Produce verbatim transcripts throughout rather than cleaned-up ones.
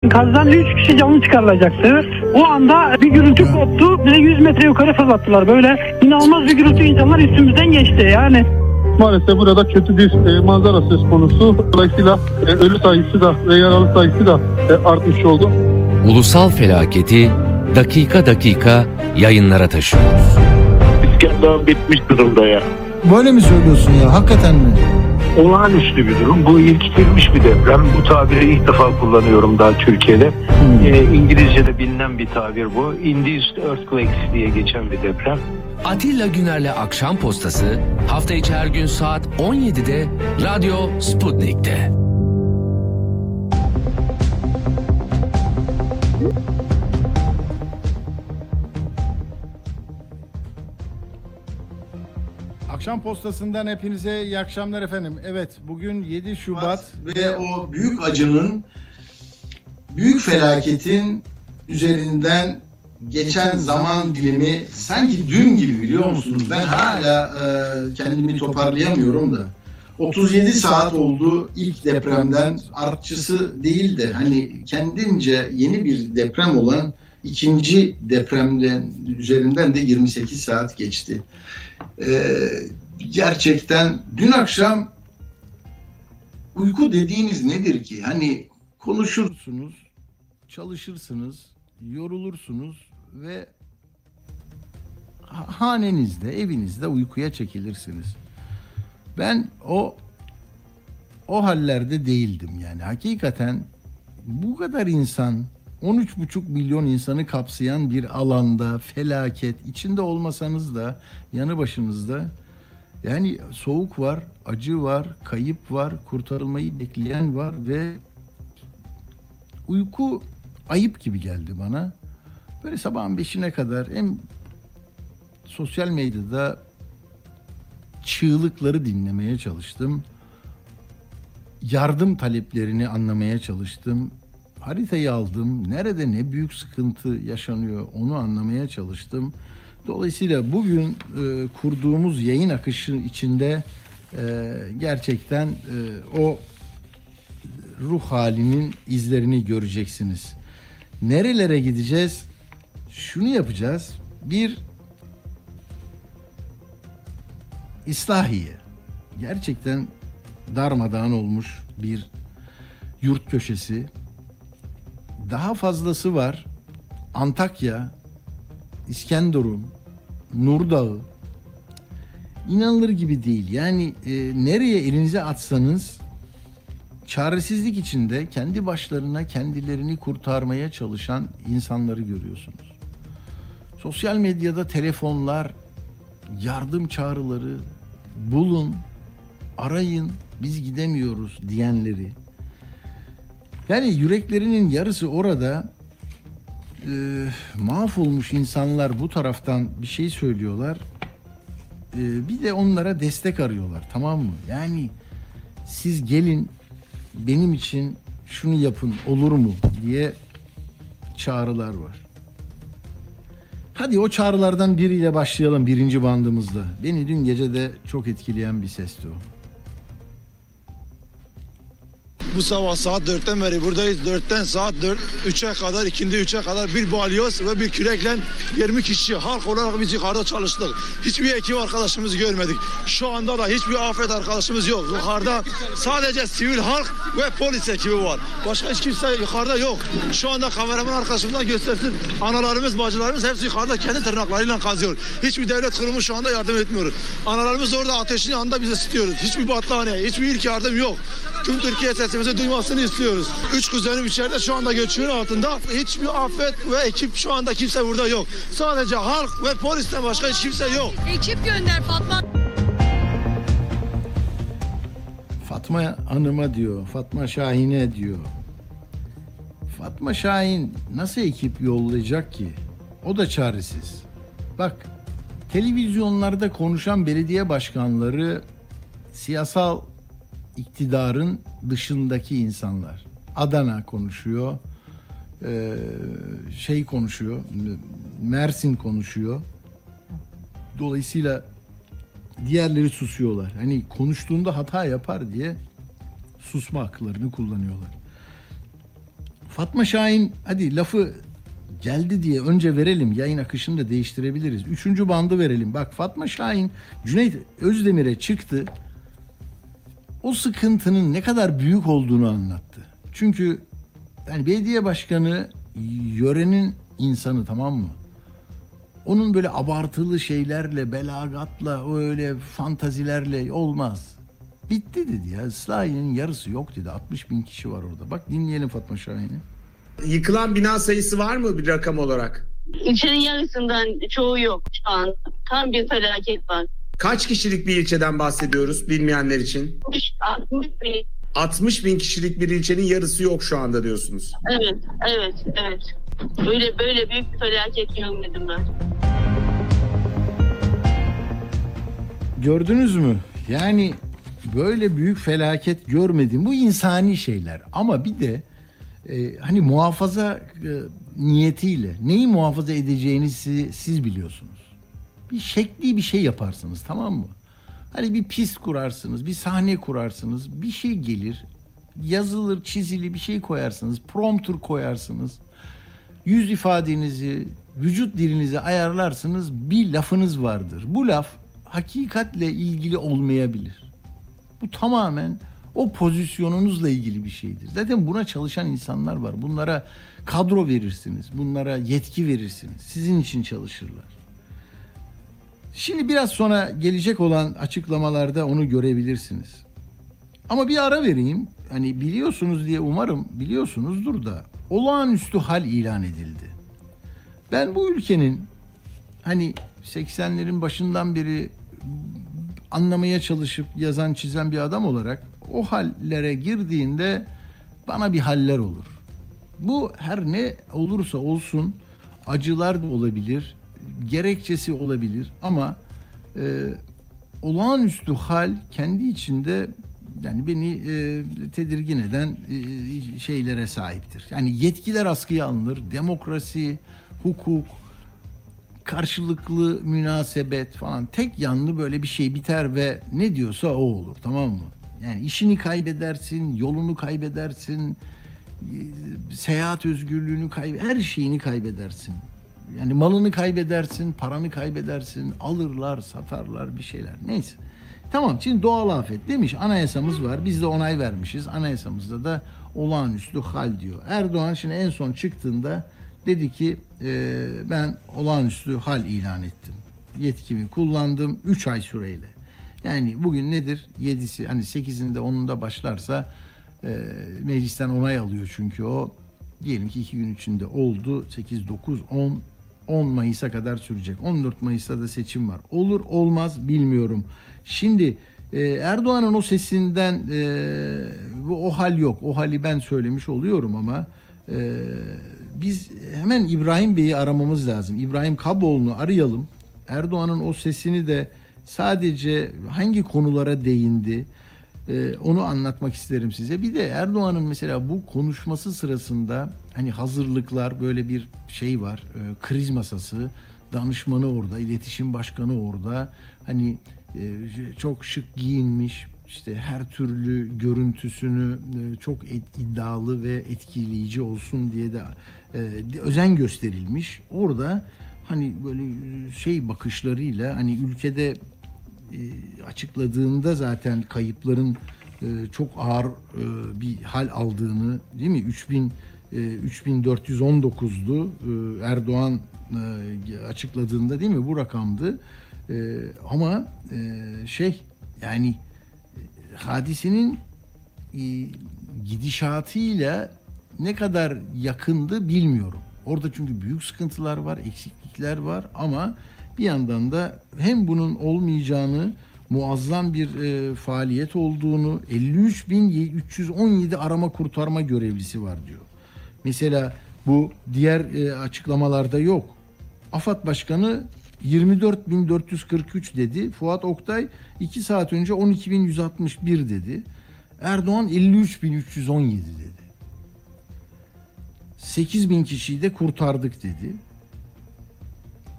Kazdan üç kişi canlı çıkarılacaktı. O anda bir gürültü koptu. Bize yüz metre yukarı fırlattılar. Böyle inanılmaz bir gürültü, insanlar üstümüzden geçti yani. Maalesef burada kötü bir e, manzara söz konusu. Dolayısıyla e, ölü sayısı da ve yaralı sayısı da e, artmış oldu. Ulusal felaketi dakika dakika yayınlara taşıyoruz. İskender bitmiş durumda ya. Böyle mi söylüyorsun ya? Hakikaten mi? Olağanüstü bir durum. Bu ilktilmiş bir deprem. Bu tabiri ilk defa kullanıyorum daha Türkiye'de. Hmm. E, İngilizce'de bilinen bir tabir bu. Induced earthquakes diye geçen bir deprem. Atilla Güner'le Akşam Postası hafta içi her gün saat on yedide Radyo Sputnik'te. Akşam postasından hepinize iyi akşamlar efendim. Evet, bugün yedi Şubat ve o büyük acının, büyük felaketin üzerinden geçen zaman dilimi sanki dün gibi, biliyor musunuz? Ben hala e, kendimi toparlayamıyorum da. otuz yedi saat oldu ilk depremden, artçısı değil de hani kendince yeni bir deprem olan ikinci depremden üzerinden de yirmi sekiz saat geçti. Ee, gerçekten dün akşam uyku dediğiniz nedir ki? Hani konuşursunuz, çalışırsınız, yorulursunuz ve hanenizde, evinizde uykuya çekilirsiniz. Ben o o hallerde değildim yani. Hakikaten bu kadar insan, on üç buçuk milyon insanı kapsayan bir alanda felaket, içinde olmasanız da yanı başınızda yani soğuk var, acı var, kayıp var, kurtarılmayı bekleyen var ve uyku ayıp gibi geldi bana. Böyle sabahın beşine kadar hem sosyal medyada çığlıkları dinlemeye çalıştım. Yardım taleplerini anlamaya çalıştım. Haritayı aldım. Nerede ne büyük sıkıntı yaşanıyor onu anlamaya çalıştım. Dolayısıyla bugün e, kurduğumuz yayın akışı içinde e, gerçekten e, o ruh halinin izlerini göreceksiniz. Nerelere gideceğiz? Şunu yapacağız. Bir, İslahiye. Gerçekten darmadağın olmuş bir yurt köşesi. Daha fazlası var. Antakya, İskenderun, Nurdağı. İnanılır gibi değil. Yani e, nereye elinize atsanız çaresizlik içinde kendi başlarına kendilerini kurtarmaya çalışan insanları görüyorsunuz. Sosyal medyada telefonlar, yardım çağrıları, bulun, arayın, biz gidemiyoruz diyenleri. Yani yüreklerinin yarısı orada, e, mahvolmuş insanlar bu taraftan bir şey söylüyorlar. E, bir de onlara destek arıyorlar, tamam mı? Yani siz gelin benim için şunu yapın olur mu diye çağrılar var. Hadi o çağrılardan biriyle başlayalım birinci bandımızda. Beni dün gece de çok etkileyen bir sesti o. Bu sabah saat dörtten beri buradayız. dörtten saat dört, üçe kadar, ikindi üçe kadar bir balyoz ve bir kürekle yirmi kişi halk olarak biz yukarıda çalıştık. Hiçbir ekip arkadaşımızı görmedik. Şu anda da hiçbir afet arkadaşımız yok. Yukarıda sadece sivil halk ve polis ekibi var. Başka hiç kimse yukarıda yok. Şu anda kameraman arkadaşımdan göstersin. Analarımız, bacılarımız hepsi yukarıda kendi tırnaklarıyla kazıyor. Hiçbir devlet kurumu şu anda yardım etmiyor. Analarımız orada ateşin yanında biz ısıtıyoruz. Hiçbir battaniye, hiçbir ilk yardım yok. Tüm Türkiye sesimizi duymasını istiyoruz. Üç kuzenim içeride şu anda göçüğün altında. Hiçbir afet ve ekip şu anda kimse burada yok. Sadece halk ve polisten başka hiç kimse yok. Ekip gönder Fatma. Fatma Hanım'a diyor, Fatma Şahin'e diyor. Fatma Şahin nasıl ekip yollayacak ki? O da çaresiz. Bak, televizyonlarda konuşan belediye başkanları siyasal iktidarın dışındaki insanlar. Adana konuşuyor, şey konuşuyor, Mersin konuşuyor. Dolayısıyla diğerleri susuyorlar. Hani konuştuğunda hata yapar diye susma haklarını kullanıyorlar. Fatma Şahin, hadi lafı geldi diye önce verelim. Yayın akışını da değiştirebiliriz. Üçüncü bandı verelim. Bak, Fatma Şahin Cüneyt Özdemir'e çıktı. O sıkıntının ne kadar büyük olduğunu anlattı. Çünkü yani belediye başkanı yörenin insanı, tamam mı? Onun böyle abartılı şeylerle, belagatla, öyle fantazilerle olmaz. Bitti dedi ya. Islahiye'nin yarısı yok dedi. altmış bin kişi var orada. Bak, dinleyelim Fatma Şahin'i. Yıkılan bina sayısı var mı bir rakam olarak? İlçenin yarısından çoğu yok şu an. Tam bir felaket var. Kaç kişilik bir ilçeden bahsediyoruz bilmeyenler için? altmış bin. altmış bin kişilik bir ilçenin yarısı yok şu anda diyorsunuz. Evet, evet, evet. Böyle böyle büyük bir felaket görmedim ben. Gördünüz mü? Yani böyle büyük felaket görmedim. Bu insani şeyler. Ama bir de e, hani muhafaza e, niyetiyle neyi muhafaza edeceğinizi siz biliyorsunuz. Bir şekli bir şey yaparsınız, tamam mı? Hani bir pist kurarsınız, bir sahne kurarsınız, bir şey gelir, yazılır, çizili bir şey koyarsınız, prompter koyarsınız. Yüz ifadenizi, vücut dilinizi ayarlarsınız, bir lafınız vardır. Bu laf hakikatle ilgili olmayabilir. Bu tamamen o pozisyonunuzla ilgili bir şeydir. Zaten buna çalışan insanlar var. Bunlara kadro verirsiniz, bunlara yetki verirsiniz. Sizin için çalışırlar. Şimdi biraz sonra gelecek olan açıklamalarda onu görebilirsiniz. Ama bir ara vereyim. Hani biliyorsunuz diye umarım biliyorsunuzdur da olağanüstü hal ilan edildi. Ben bu ülkenin hani seksenlerin başından beri anlamaya çalışıp yazan çizen bir adam olarak o hallere girdiğinde bana bir haller olur. Bu her ne olursa olsun acılar da olabilir, gerekçesi olabilir ama e, olağanüstü hal kendi içinde yani beni e, tedirgin eden e, şeylere sahiptir. Yani yetkiler askıya alınır, demokrasi, hukuk, karşılıklı münasebet falan tek yanlı böyle bir şey biter ve ne diyorsa o olur, tamam mı? Yani işini kaybedersin, yolunu kaybedersin, seyahat özgürlüğünü kaybedersin, her şeyini kaybedersin. Yani malını kaybedersin, paranı kaybedersin, alırlar, satarlar bir şeyler. Neyse. Tamam, şimdi doğal afet demiş, anayasamız var, biz de onay vermişiz. Anayasamızda da olağanüstü hal diyor. Erdoğan şimdi en son çıktığında dedi ki e, ben olağanüstü hal ilan ettim. Yetkimi kullandım üç ay süreyle. Yani bugün nedir? yedisi hani sekizinde onunda başlarsa e, meclisten onay alıyor çünkü o. Diyelim ki iki gün içinde oldu. sekiz, dokuz, on, on Mayıs'a kadar sürecek. on dört Mayıs'ta da seçim var. Olur olmaz bilmiyorum. Şimdi e, Erdoğan'ın o sesinden e, bu, o hal yok. O hali ben söylemiş oluyorum ama e, biz hemen İbrahim Bey'i aramamız lazım. İbrahim Kaboğlu'nu arayalım. Erdoğan'ın o sesini de sadece hangi konulara değindi e, onu anlatmak isterim size. Bir de Erdoğan'ın mesela bu konuşması sırasında hani hazırlıklar, böyle bir şey var. E, kriz masası, danışmanı orada, iletişim başkanı orada. Hani e, çok şık giyinmiş, işte her türlü görüntüsünü e, çok iddialı ve etkileyici olsun diye de e, özen gösterilmiş. Orada hani böyle şey bakışlarıyla hani ülkede e, açıkladığında zaten kayıpların e, çok ağır e, bir hal aldığını, değil mi? üç bin e, üç bin dört yüz on dokuzdu e, Erdoğan e, açıkladığında, değil mi? Bu rakamdı. E, ama e, şey yani e, hadisenin e, gidişatıyla ne kadar yakındı bilmiyorum. Orada çünkü büyük sıkıntılar var, eksiklikler var ama bir yandan da hem bunun olmayacağını, muazzam bir e, faaliyet olduğunu, elli üç bin üç yüz on yedi arama kurtarma görevlisi var diyor. Mesela bu diğer e, açıklamalarda yok. AFAD Başkanı yirmi dört bin dört yüz kırk üç dedi. Fuat Oktay iki saat önce on iki bin yüz altmış bir dedi. Erdoğan elli üç bin üç yüz on yedi dedi. sekiz bin kişiyi de kurtardık dedi.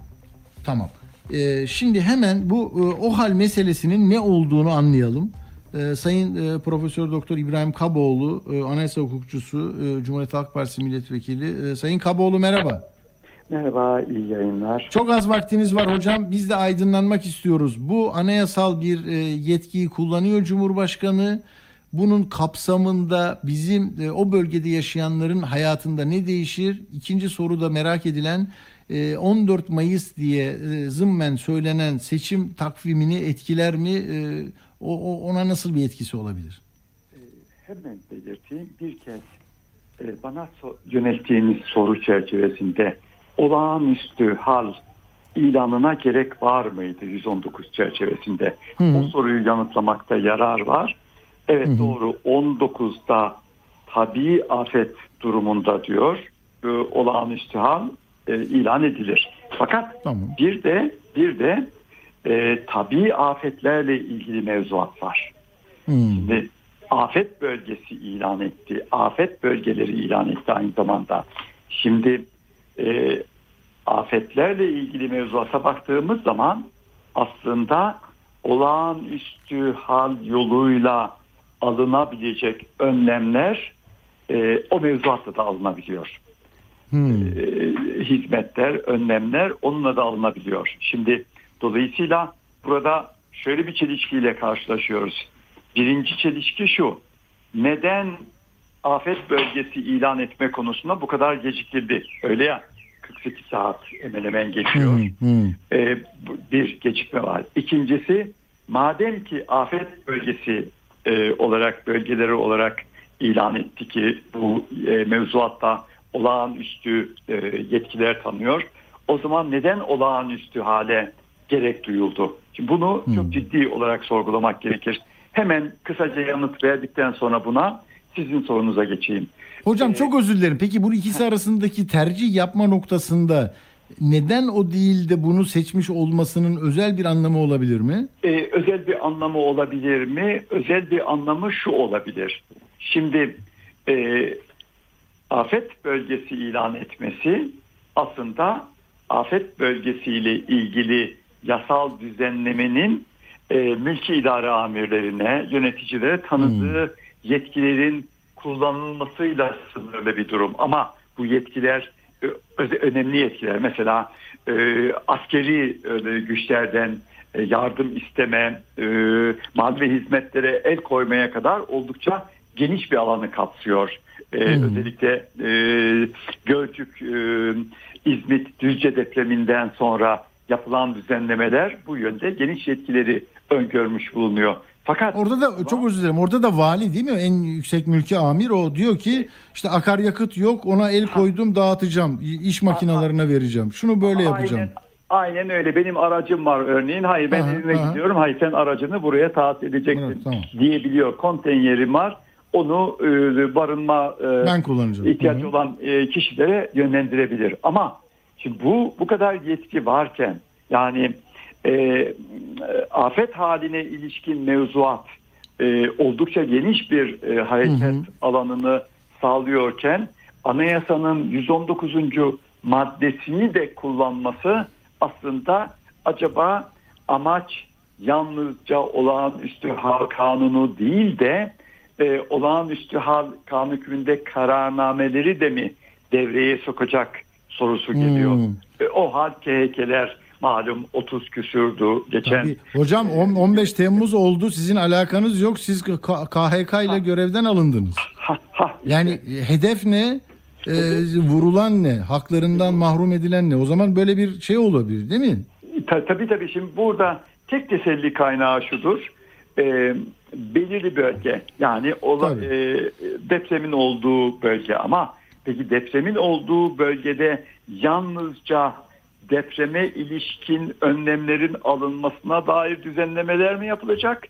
Tamam. Ee, şimdi hemen bu e, o hal meselesinin ne olduğunu anlayalım. Ee, Sayın e, Profesör Doktor İbrahim Kaboğlu, e, anayasa hukukçusu, e, Cumhuriyet Halk Partisi milletvekili. E, Sayın Kaboğlu merhaba. Merhaba, iyi yayınlar. Çok az vaktiniz var hocam. Biz de aydınlanmak istiyoruz. Bu anayasal bir e, yetkiyi kullanıyor Cumhurbaşkanı. Bunun kapsamında bizim e, o bölgede yaşayanların hayatında ne değişir? İkinci soruda merak edilen e, on dört Mayıs diye e, zımmen söylenen seçim takvimini etkiler mi? E, o, o ona nasıl bir etkisi olabilir? Ee, hemen belirteyim. Bir kez e, bana so- yönelttiğiniz soru çerçevesinde olağanüstü hal ilanına gerek var mıydı yüz on dokuz çerçevesinde? Hı-hı. O soruyu yanıtlamakta yarar var. Evet, Hı-hı. doğru. on dokuzda tabii afet durumunda diyor e, olağanüstü hal e, ilan edilir. Fakat tamam. bir de bir de e, tabii afetlerle ilgili mevzuat var. Hı-hı. Şimdi afet bölgesi ilan etti. Afet bölgeleri ilan etti aynı zamanda. Şimdi e, afetlerle ilgili mevzuata baktığımız zaman aslında olağanüstü hal yoluyla alınabilecek önlemler e, o mevzuatla da alınabiliyor. Hmm. E, hizmetler, önlemler onunla da alınabiliyor. Şimdi dolayısıyla burada şöyle bir çelişkiyle karşılaşıyoruz. Birinci çelişki şu: neden afet bölgesi ilan etme konusunda bu kadar geciktirdi? Öyle ya, kırk sekiz saat hemen hemen geçiyor. Hmm, hmm. Ee, bir gecikme var. İkincisi, madem ki afet bölgesi e, olarak, bölgeleri olarak ilan etti ki bu e, mevzuatta olağanüstü e, yetkiler tanıyor, o zaman neden olağanüstü hale gerek duyuldu? Şimdi bunu hmm. çok ciddi olarak sorgulamak gerekir. Hemen kısaca yanıt verdikten sonra buna sizin sorunuza geçeyim. Hocam ee, çok özür dilerim. Peki bu ikisi arasındaki tercih yapma noktasında neden o değil de bunu seçmiş olmasının özel bir anlamı olabilir mi? E, özel bir anlamı olabilir mi? Özel bir anlamı şu olabilir. Şimdi e, afet bölgesi ilan etmesi aslında afet bölgesiyle ilgili yasal düzenlemenin e, mülki idare amirlerine, yöneticilere tanıdığı hmm. yetkilerin kullanılmasıyla sınırlı bir durum. Ama bu yetkiler önemli yetkiler. Mesela e, askeri e, güçlerden e, yardım isteme, e, mal ve hizmetlere el koymaya kadar oldukça geniş bir alanı kapsıyor. E, hmm. Özellikle e, Gölcük, e, İzmit, Düzce depreminden sonra yapılan düzenlemeler bu yönde geniş yetkileri öngörmüş bulunuyor. Fakat orada da çok özür dilerim. Orada da vali değil mi? En yüksek mülki amir o diyor ki işte akaryakıt yok, ona el koydum, dağıtacağım. İş makinelerine vereceğim. Şunu böyle aynen, yapacağım. Aynen öyle. Benim aracım var örneğin. Hayır ben aha, evime aha. gidiyorum. Hayır sen aracını buraya tahsis edeceksin evet, tamam. diyebiliyor. Konteynerim var. Onu e, barınma e, ben kullanacağım. ihtiyacı hı. olan e, kişilere yönlendirebilir. Ama şimdi bu bu kadar yetki varken yani E, afet haline ilişkin mevzuat e, oldukça geniş bir e, hareket hı hı. alanını sağlıyorken anayasanın yüz on dokuzuncu maddesini de kullanması aslında acaba amaç yalnızca olağanüstü hal kanunu değil de e, olağanüstü hal kanun hükmünde kararnameleri de mi devreye sokacak sorusu geliyor. Hmm. E, o hal K H K'ler malum otuz küsürdü geçen. Tabii. Hocam on beş Temmuz oldu. Sizin alakanız yok. Siz K H K ile ha. görevden alındınız. Ha, ha. Yani hedef ne? Ee, vurulan ne? Haklarından mahrum edilen ne? O zaman böyle bir şey olabilir değil mi? Tabii tabii. Şimdi burada tek teselli kaynağı şudur. Ee, belirli bölge. Yani ola, e, depremin olduğu bölge. Ama peki depremin olduğu bölgede yalnızca depreme ilişkin önlemlerin alınmasına dair düzenlemeler mi yapılacak?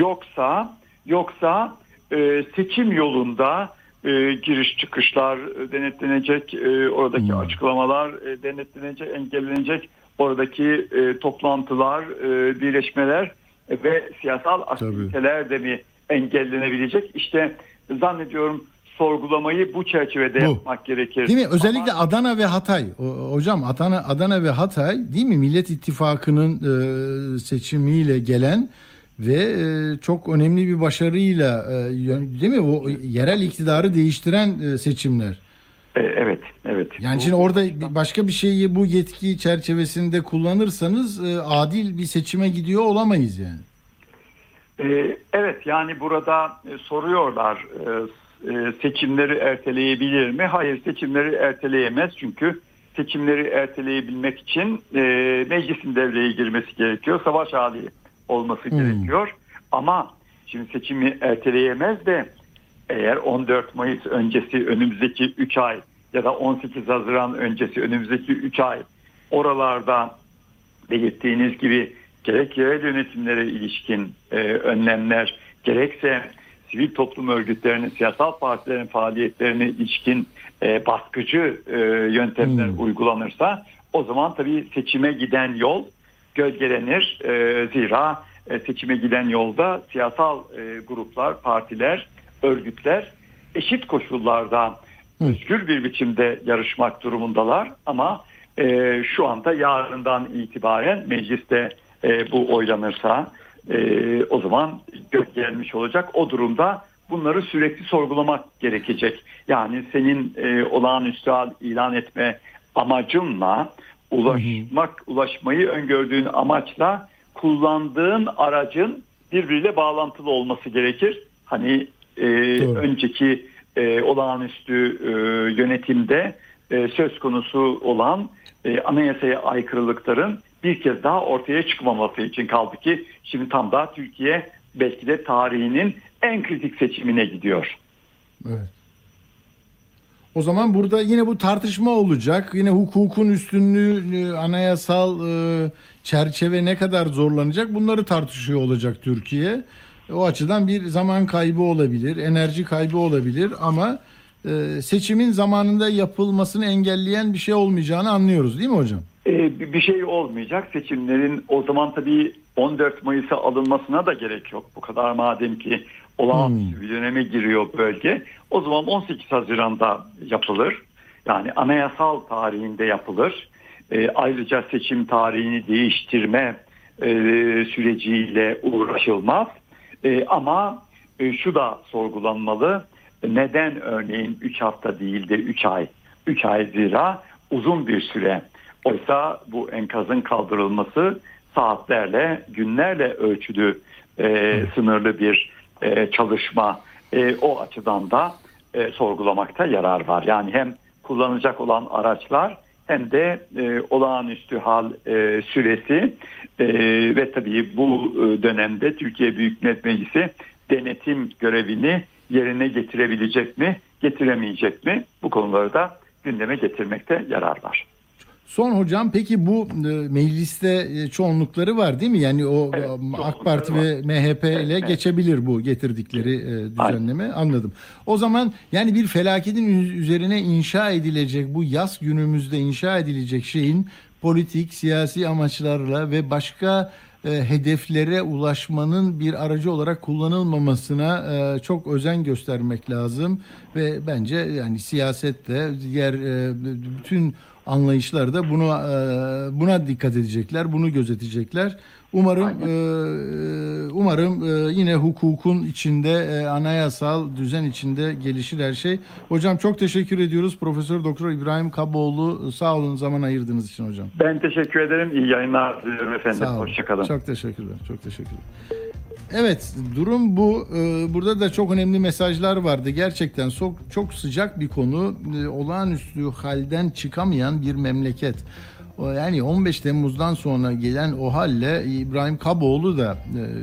Yoksa yoksa e, seçim yolunda e, giriş çıkışlar denetlenecek, e, oradaki hmm. açıklamalar e, denetlenecek, engellenecek, oradaki e, toplantılar, e, birleşmeler e, ve siyasal aktiviteler de mi engellenebilecek? İşte zannediyorum sorgulamayı bu çerçevede bu. yapmak gerekir. Değil mi? Özellikle Ama... Adana ve Hatay. O, hocam Adana, Adana ve Hatay değil mi? Millet İttifakı'nın e, seçimiyle gelen ve e, çok önemli bir başarıyla e, değil mi? O yerel iktidarı değiştiren e, seçimler. E, evet, evet. Yani Bu, şimdi orada başka bir şeyi bu yetki çerçevesinde kullanırsanız e, adil bir seçime gidiyor olamayız yani. e, evet, yani burada e, soruyorlar e, e, seçimleri erteleyebilir mi? Hayır, seçimleri erteleyemez çünkü seçimleri erteleyebilmek için e, meclisin devreye girmesi gerekiyor. Savaş hali olması Hmm. gerekiyor. Ama şimdi seçimi erteleyemez de eğer on dört Mayıs öncesi önümüzdeki üç ay ya da on sekiz Haziran öncesi önümüzdeki üç ay oralarda belirttiğiniz gibi gerek yerel yönetimlere ilişkin e, önlemler gerekse sivil toplum örgütlerinin, siyasal partilerin faaliyetlerine ilişkin e, baskıcı e, yöntemler Hmm. uygulanırsa o zaman tabii seçime giden yol gölgelenir. E, zira e, seçime giden yolda siyasal e, gruplar, partiler, örgütler eşit koşullarda Hı. özgür bir biçimde yarışmak durumundalar ama e, şu anda yarından itibaren mecliste e, bu oylanırsa e, o zaman gölgelenmiş olacak. O durumda bunları sürekli sorgulamak gerekecek. Yani senin e, olağanüstü hal ilan etme amacınla ulaşmak, hı hı. ulaşmayı öngördüğün amaçla kullandığın aracın birbiriyle bağlantılı olması gerekir. Hani e, önceki e, olağanüstü e, yönetimde e, söz konusu olan e, anayasaya aykırılıkların bir kez daha ortaya çıkmaması için, kaldı ki şimdi tam da Türkiye belki de tarihinin en kritik seçimine gidiyor. Evet. O zaman burada yine bu tartışma olacak. Yine hukukun üstünlüğü, anayasal e, çerçeve ne kadar zorlanacak, bunları tartışıyor olacak Türkiye. O açıdan bir zaman kaybı olabilir, enerji kaybı olabilir ama e, seçimin zamanında yapılmasını engelleyen bir şey olmayacağını anlıyoruz değil mi hocam? Ee, bir şey olmayacak. Seçimlerin o zaman tabii on dört Mayıs'a alınmasına da gerek yok. Bu kadar madem ki olağanüstü hmm. bir döneme giriyor bölge. O zaman on sekiz Haziran'da yapılır. Yani anayasal tarihinde yapılır. Ee, ayrıca seçim tarihini değiştirme e, süreciyle uğraşılmaz. E, ama e, şu da sorgulanmalı. Neden örneğin üç hafta değil de üç ay? üç ay zira uzun bir süre. Oysa bu enkazın kaldırılması saatlerle, günlerle ölçülü e, sınırlı bir e, çalışma. E, o açıdan da e, sorgulamakta yarar var. Yani hem kullanacak olan araçlar hem de e, olağanüstü hal e, süresi e, ve tabii bu e, dönemde Türkiye Büyük Millet Meclisi denetim görevini yerine getirebilecek mi, getiremeyecek mi? Bu konuları da gündeme getirmekte yarar var. Son hocam, peki bu e, mecliste e, çoğunlukları var değil mi? Yani o evet, AK Parti var. Ve M H P ile evet, geçebilir bu getirdikleri e, düzenleme. Aynen. Anladım. O zaman yani bir felaketin üzerine inşa edilecek, bu yaz günümüzde inşa edilecek şeyin politik, siyasi amaçlarla ve başka e, hedeflere ulaşmanın bir aracı olarak kullanılmamasına e, çok özen göstermek lazım ve bence yani siyasette diğer e, bütün anlayışlar da bunu buna dikkat edecekler, bunu gözetecekler. Umarım Aynen. umarım yine hukukun içinde, anayasal düzen içinde gelişir her şey. Hocam çok teşekkür ediyoruz. Profesör Doktor İbrahim Kaboğlu, sağ olun zaman ayırdığınız için hocam. Ben teşekkür ederim. İyi yayınlar diliyorum efendim. Hoşçakalın. Çok teşekkürler. Çok teşekkürler. Evet, durum bu. Burada da çok önemli mesajlar vardı. Gerçekten çok, çok sıcak bir konu. Olağanüstü halden çıkamayan bir memleket. Yani on beş Temmuz'dan sonra gelen o halle İbrahim Kaboğlu da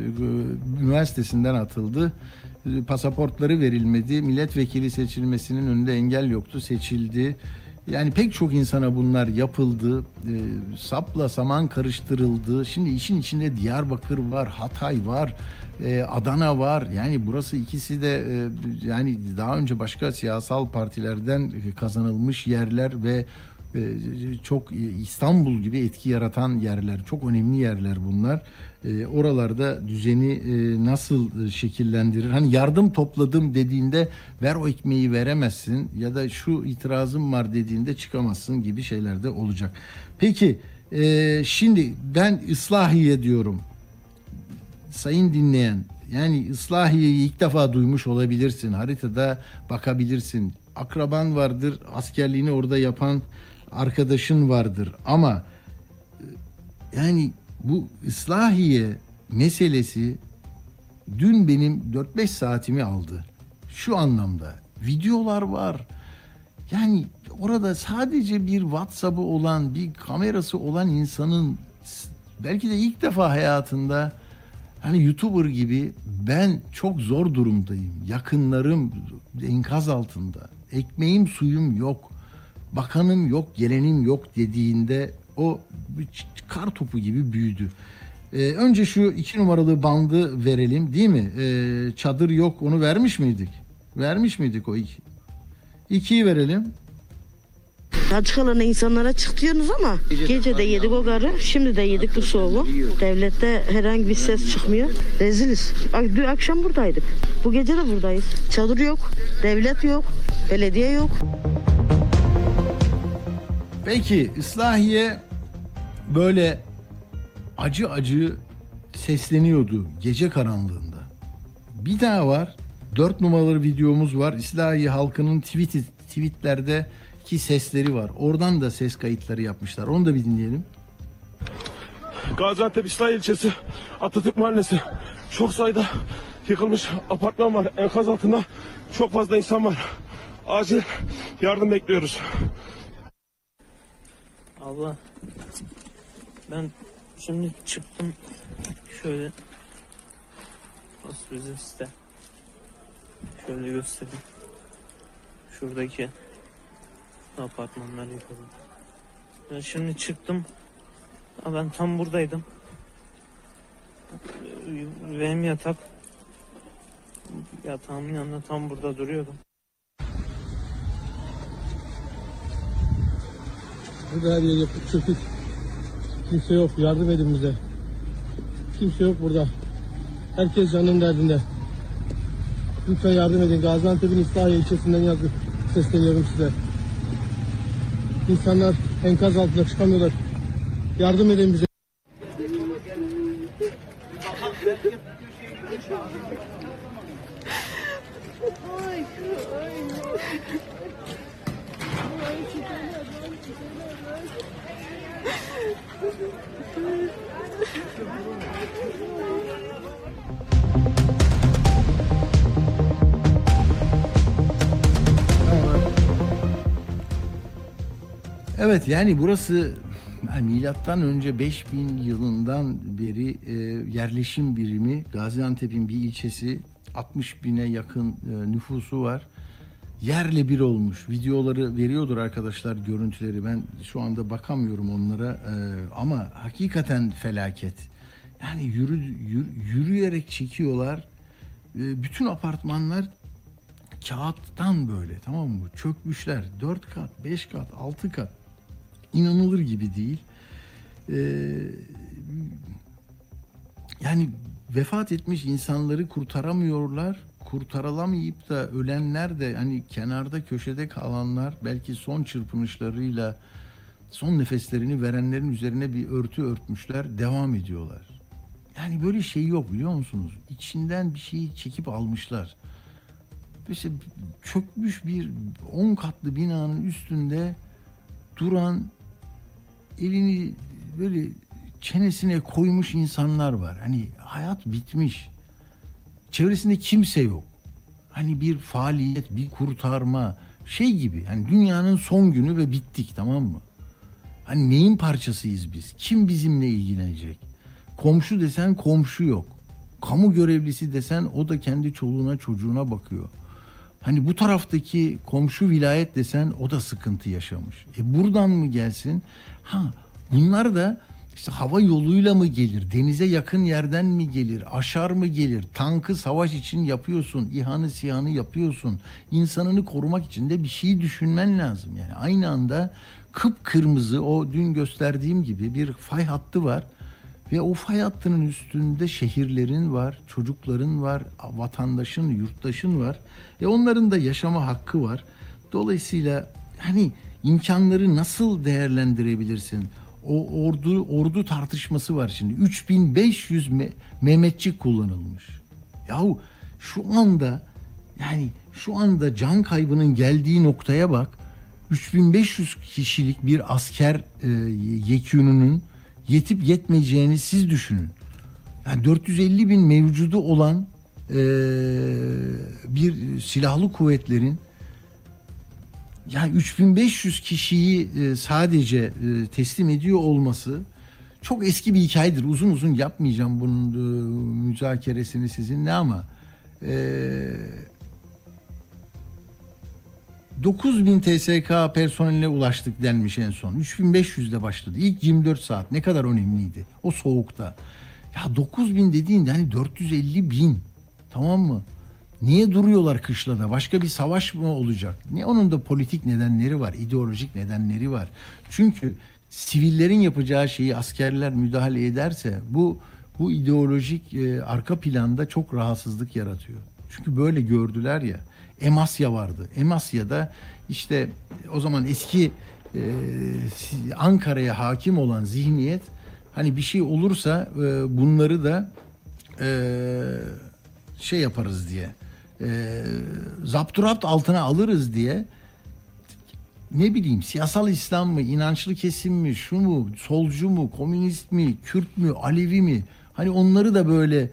üniversitesinden atıldı. Pasaportları verilmedi. Milletvekili seçilmesinin önünde engel yoktu. Seçildi. Yani pek çok insana bunlar yapıldı. E, sapla saman karıştırıldı. Şimdi işin içinde Diyarbakır var, Hatay var, e, Adana var. Yani burası ikisi de e, yani daha önce başka siyasal partilerden kazanılmış yerler ve e, çok İstanbul gibi etki yaratan yerler. Çok önemli yerler bunlar. E, oralarda düzeni e, nasıl şekillendirir? Hani yardım topladım dediğinde ver o ekmeği veremezsin ya da şu itirazım var dediğinde çıkamazsın gibi şeyler de olacak. Peki e, şimdi ben Islahiye diyorum. sayın dinleyen, yani Islahiye'yi ilk defa duymuş olabilirsin. Haritada bakabilirsin. Akraban vardır, askerliğini orada yapan arkadaşın vardır. Ama yani bu Islahiye meselesi dün benim dört beş saatimi aldı. Şu anlamda. Videolar var. Yani orada sadece bir WhatsApp'ı olan, bir kamerası olan insanın belki de ilk defa hayatında hani YouTuber gibi ben çok zor durumdayım. Yakınlarım enkaz altında. Ekmeğim suyum yok. Bakanım yok, gelenim yok dediğinde o kar topu gibi büyüdü. Ee, önce şu iki numaralı bandı verelim değil mi? Ee, çadır yok, onu vermiş miydik? Vermiş miydik o iki? İkiyi verelim. Açık alana insanlara çık diyorsunuz ama gece de yedik o garı, şimdi de yedik bu soğuğu. Devlette herhangi bir ses çıkmıyor. Reziliz. Dün akşam buradaydık. Bu gece de buradayız. Çadır yok, devlet yok, belediye yok. Peki Islahiye böyle acı acı sesleniyordu gece karanlığında. Bir daha var. Dört numaralı videomuz var. İslahiye halkının tweet, tweetlerde ki sesleri var. Oradan da ses kayıtları yapmışlar. Onu da bir dinleyelim. Gaziantep İslahiye ilçesi Atatürk Mahallesi. Çok sayıda yıkılmış apartman var. Enkaz altında çok fazla insan var. Acil yardım bekliyoruz. Abla ben şimdi çıktım şöyle nasıl bizim site şöyle göstereyim. Şuradaki apartmanlar yıkıldı. Ben şimdi çıktım. Ben tam buradaydım. Benim yatak yatağımın yanında tam burada duruyordum. Burada her yer yapıp çökük. Kimse yok. Yardım edin bize. Kimse yok burada. Herkes canının derdinde. Lütfen yardım edin. Gaziantep'in İslahiye ilçesinden yardım sesleniyorum size. İnsanlar enkaz altında çıkamıyorlar. Yardım edin bize. Evet, yani burası yani milattan önce beş bin yılından beri e, yerleşim birimi. Gaziantep'in bir ilçesi, altmış bine yakın e, nüfusu var. Yerle bir olmuş. Videoları veriyordur arkadaşlar, görüntüleri. Ben şu anda bakamıyorum onlara e, ama hakikaten felaket. Yani yürü, yürü, yürüyerek çekiyorlar. E, bütün apartmanlar kağıttan böyle, tamam mı? Çökmüşler. Dört kat, beş kat, altı kat. İnanılır gibi değil. Ee, yani vefat etmiş insanları kurtaramıyorlar. Kurtarılamayıp da ölenler de hani kenarda köşede kalanlar belki son çırpınışlarıyla son nefeslerini verenlerin üzerine bir örtü örtmüşler, devam ediyorlar. Yani böyle şey yok, biliyor musunuz? İçinden bir şeyi çekip almışlar. İşte çökmüş bir on katlı binanın üstünde duran, elini böyle çenesine koymuş insanlar var. Hani hayat bitmiş. Çevresinde kimse yok. Hani bir faaliyet, bir kurtarma şey gibi. Hani dünyanın son günü ve bittik, tamam mı? Hani neyin parçasıyız biz? Kim bizimle ilgilenecek? Komşu desen komşu yok. Kamu görevlisi desen o da kendi çoluğuna çocuğuna bakıyor. Hani bu taraftaki komşu vilayet desen o da sıkıntı yaşamış. E buradan mı gelsin? Ha, bunlar da işte hava yoluyla mı gelir? Denize yakın yerden mi gelir? Aşar mı gelir? Tankı savaş için yapıyorsun. İHA'nı SİHA'nı yapıyorsun. İnsanını korumak için de bir şey düşünmen lazım. Yani aynı anda kıpkırmızı, o dün gösterdiğim gibi bir fay hattı var. Ve o fay hattının üstünde şehirlerin var, çocukların var, vatandaşın, yurttaşın var. E onların da yaşama hakkı var. Dolayısıyla hani imkanları nasıl değerlendirebilirsin? O ordu ordu tartışması var şimdi. üç bin beş yüz me- Mehmetçik kullanılmış. Yahu şu anda yani şu anda can kaybının geldiği noktaya bak. üç bin beş yüz kişilik bir asker e, yekününün yetip yetmeyeceğini siz düşünün. Yani dört yüz elli bin mevcudu olan e, bir silahlı kuvvetlerin yani üç bin beş yüz kişiyi e, sadece e, teslim ediyor olması çok eski bir hikayedir. Uzun uzun yapmayacağım bunun e, müzakeresini sizinle ama e, dokuz bin T S K personeline ulaştık denmiş en son. üç bin beş yüzde başladı. İlk yirmi dört saat ne kadar önemliydi o soğukta. Ya dokuz bin dediğinde hani dört yüz elli bin, tamam mı? Niye duruyorlar kışlada? Başka bir savaş mı olacak? Ne, onun da politik nedenleri var, ideolojik nedenleri var. Çünkü sivillerin yapacağı şeyi askerler müdahale ederse bu bu ideolojik e, arka planda çok rahatsızlık yaratıyor. Çünkü böyle gördüler ya. Emasya vardı. Emasya'da işte o zaman eski e, Ankara'ya hakim olan zihniyet hani bir şey olursa e, bunları da e, şey yaparız diye e, zapturapt altına alırız diye ne bileyim siyasal İslam mı, inançlı kesim mi, şu mu, solcu mu, komünist mi, Kürt mü, Alevi mi hani onları da böyle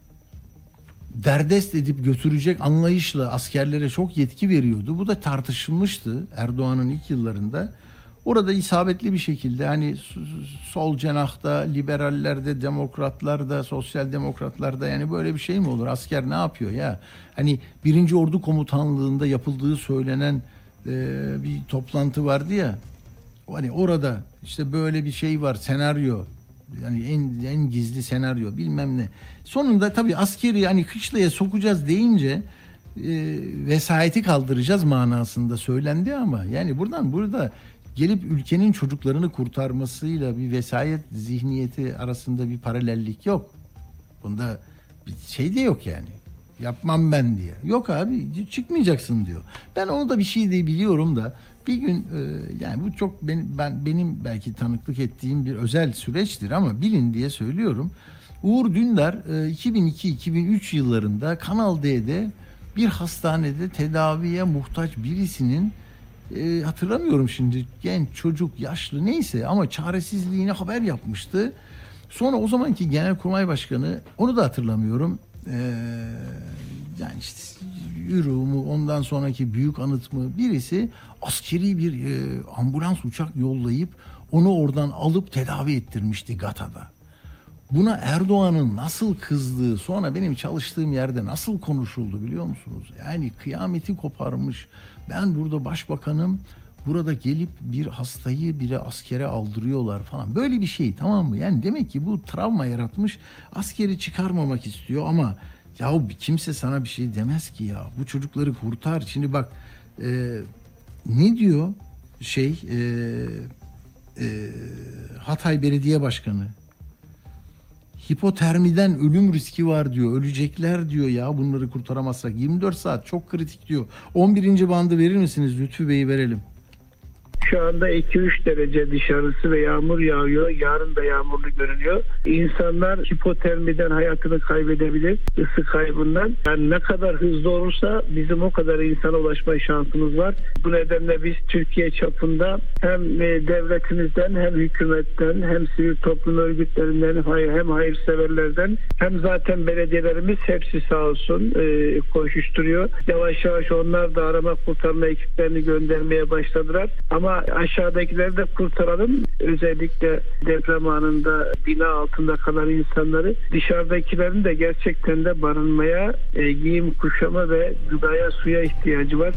derdest edip götürecek anlayışla askerlere çok yetki veriyordu. Bu da tartışılmıştı Erdoğan'ın ilk yıllarında. Orada isabetli bir şekilde hani sol cenahta, liberallerde, demokratlarda, sosyal demokratlarda yani böyle bir şey mi olur? Asker ne yapıyor ya? Hani birinci Ordu Komutanlığı'nda yapıldığı söylenen e, bir toplantı vardı ya. Hani orada işte böyle bir şey var, senaryo. Yani en en gizli senaryo bilmem ne. Sonunda tabii askeri yani kışlaya sokacağız deyince e, vesayeti kaldıracağız manasında söylendi ama yani buradan burada gelip ülkenin çocuklarını kurtarmasıyla bir vesayet zihniyeti arasında bir paralellik yok. Bunda bir şey de yok yani. Yapmam ben diye. Yok abi çıkmayacaksın diyor. Ben onu da bir şey de biliyorum da bir gün e, yani bu çok ben, ben benim belki tanıklık ettiğim bir özel süreçtir ama bilin diye söylüyorum. Uğur Dündar e, iki bin iki iki bin üç yıllarında Kanal D'de bir hastanede tedaviye muhtaç birisinin e, hatırlamıyorum şimdi genç çocuk yaşlı neyse ama çaresizliğine haber yapmıştı. Sonra o zamanki Genelkurmay Başkanı onu da hatırlamıyorum. E, yani işte Euro mu ondan sonraki büyük anıt mı birisi askeri bir e, ambulans uçak yollayıp onu oradan alıp tedavi ettirmişti Gata'da. Buna Erdoğan'ın nasıl kızdığı sonra benim çalıştığım yerde nasıl konuşuldu biliyor musunuz? Yani kıyameti koparmış. Ben burada başbakanım, burada gelip bir hastayı bile askere aldırıyorlar falan. Böyle bir şey, tamam mı? Yani demek ki bu travma yaratmış, askeri çıkarmamak istiyor ama yahu kimse sana bir şey demez ki ya. Bu çocukları kurtar. Şimdi bak e, ne diyor şey e, e, Hatay Belediye Başkanı? Hipotermiden ölüm riski var diyor. Ölecekler diyor ya bunları kurtaramazsak. yirmi dört saat çok kritik diyor. on birinci bandı verir misiniz? Lütfü Bey'i verelim. Şu anda iki üç derece dışarısı ve yağmur yağıyor. Yarın da yağmurlu görünüyor. İnsanlar hipotermiden hayatını kaybedebilir. Isı kaybından. Yani ne kadar hızlı olursa bizim o kadar insana ulaşma şansımız var. Bu nedenle biz Türkiye çapında hem devletimizden hem hükümetten hem sivil toplum örgütlerinden hem hayırseverlerden hem zaten belediyelerimiz hepsi sağ olsun e, koşuşturuyor. Yavaş yavaş onlar da arama kurtarma ekiplerini göndermeye başladılar. Ama aşağıdakileri de kurtaralım. Özellikle deprem anında bina altında kalan insanları, dışarıdakilerin de gerçekten de barınmaya, e, giyim, kuşama ve gıdaya, suya ihtiyacı var.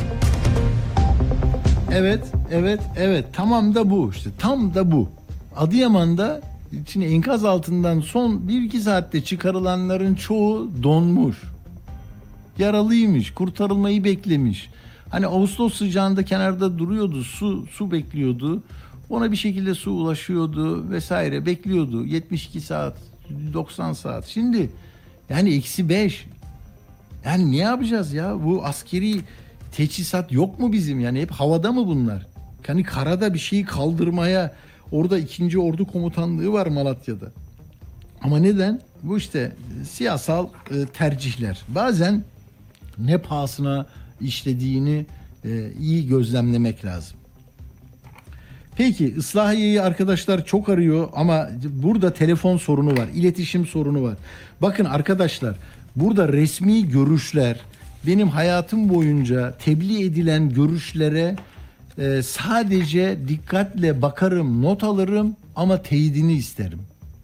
Evet, evet, evet. Tamam da bu işte. Tam da bu. Adıyaman'da şimdi enkaz altından son bir iki saatte çıkarılanların çoğu donmuş. Yaralıymış, kurtarılmayı beklemiş. Hani Ağustos sıcağında kenarda duruyordu, su su bekliyordu. Ona bir şekilde su ulaşıyordu vesaire bekliyordu. yetmiş iki saat, doksan saat. Şimdi yani eksi beş. Yani ne yapacağız ya? Bu askeri teçhizat yok mu bizim? Yani hep havada mı bunlar? Hani karada bir şeyi kaldırmaya Orada ikinci Ordu Komutanlığı var Malatya'da. Ama neden? Bu işte siyasal e, tercihler. Bazen ne pahasına işlediğini e, iyi gözlemlemek lazım. Peki Islahiye'yi arkadaşlar çok arıyor ama burada telefon sorunu var, iletişim sorunu var. Bakın arkadaşlar, burada resmi görüşler, benim hayatım boyunca tebliğ edilen görüşlere e, sadece dikkatle bakarım, not alırım ama teyidini isterim.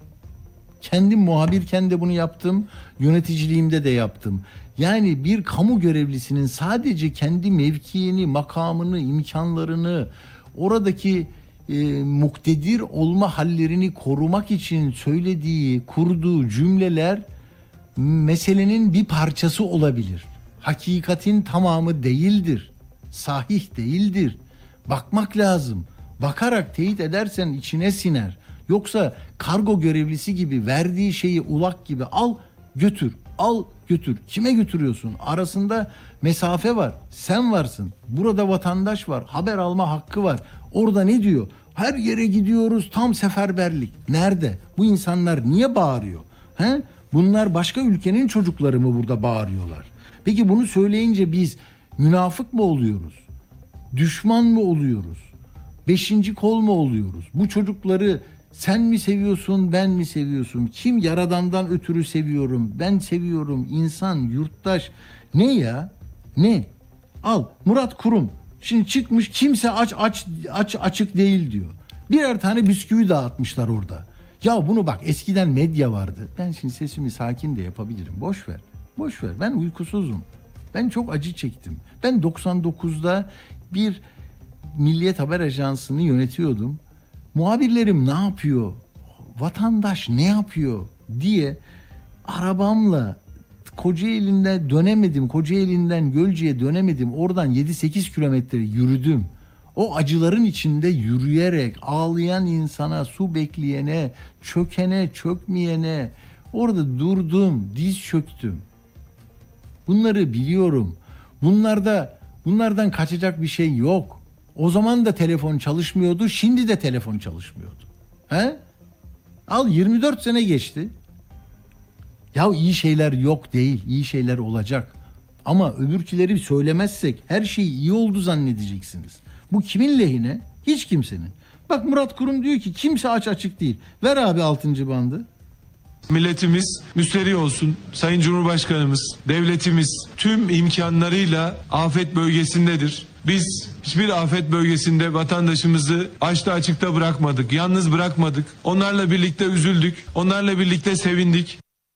Kendim muhabirken de bunu yaptım, yöneticiliğimde de yaptım. Yani bir kamu görevlisinin sadece kendi mevkiini, makamını, imkanlarını, oradaki e, muktedir olma hallerini korumak için söylediği, kurduğu cümleler meselenin bir parçası olabilir. Hakikatin tamamı değildir. Sahih değildir. Bakmak lazım. Bakarak teyit edersen içine siner. Yoksa kargo görevlisi gibi verdiği şeyi ulak gibi al götür, al götür. Kime götürüyorsun? Arasında mesafe var. Sen varsın. Burada vatandaş var. Haber alma hakkı var. Orada ne diyor? Her yere gidiyoruz, tam seferberlik. Nerede? Bu insanlar niye bağırıyor? He? Bunlar başka ülkenin çocukları mı burada bağırıyorlar? Peki bunu söyleyince biz münafık mı oluyoruz? Düşman mı oluyoruz? Beşinci kol mu oluyoruz? Bu çocukları sen mi seviyorsun, ben mi seviyorsun? Kim Yaradan'dan ötürü seviyorum, ben seviyorum, insan, yurttaş. Ne ya? Ne? Al Murat Kurum. Şimdi çıkmış kimse aç aç aç açık değil diyor. Birer tane bisküvi dağıtmışlar orada. Ya bunu bak, eskiden medya vardı. Ben şimdi sesimi sakin de yapabilirim. Boş ver. Boş ver. Ben uykusuzum. Ben çok acı çektim. Ben doksan dokuzda bir Milliyet Haber Ajansı'nı yönetiyordum. Muhabirlerim ne yapıyor? Vatandaş ne yapıyor diye arabamla Kocaeli'nde dönemedim. Kocaeli'nden Gölcük'e dönemedim. Oradan yedi sekiz kilometre yürüdüm. O acıların içinde yürüyerek ağlayan insana, su bekleyene, çökene, çökmeyene orada durdum, diz çöktüm. Bunları biliyorum. Bunlarda bunlardan kaçacak bir şey yok. O zaman da telefon çalışmıyordu, şimdi de telefon çalışmıyordu. He? Al yirmi dört sene geçti. Ya iyi şeyler yok değil, iyi şeyler olacak. Ama öbürküleri söylemezsek her şey iyi oldu zannedeceksiniz. Bu kimin lehine? Hiç kimsenin. Bak Murat Kurum diyor ki kimse aç açık değil. Ver abi altıncı bandı. Milletimiz müsterih olsun. Sayın Cumhurbaşkanımız, devletimiz tüm imkanlarıyla afet bölgesindedir. Biz hiçbir afet bölgesinde vatandaşımızı açta açıkta bırakmadık, yalnız bırakmadık. Onlarla birlikte üzüldük, onlarla birlikte sevindik.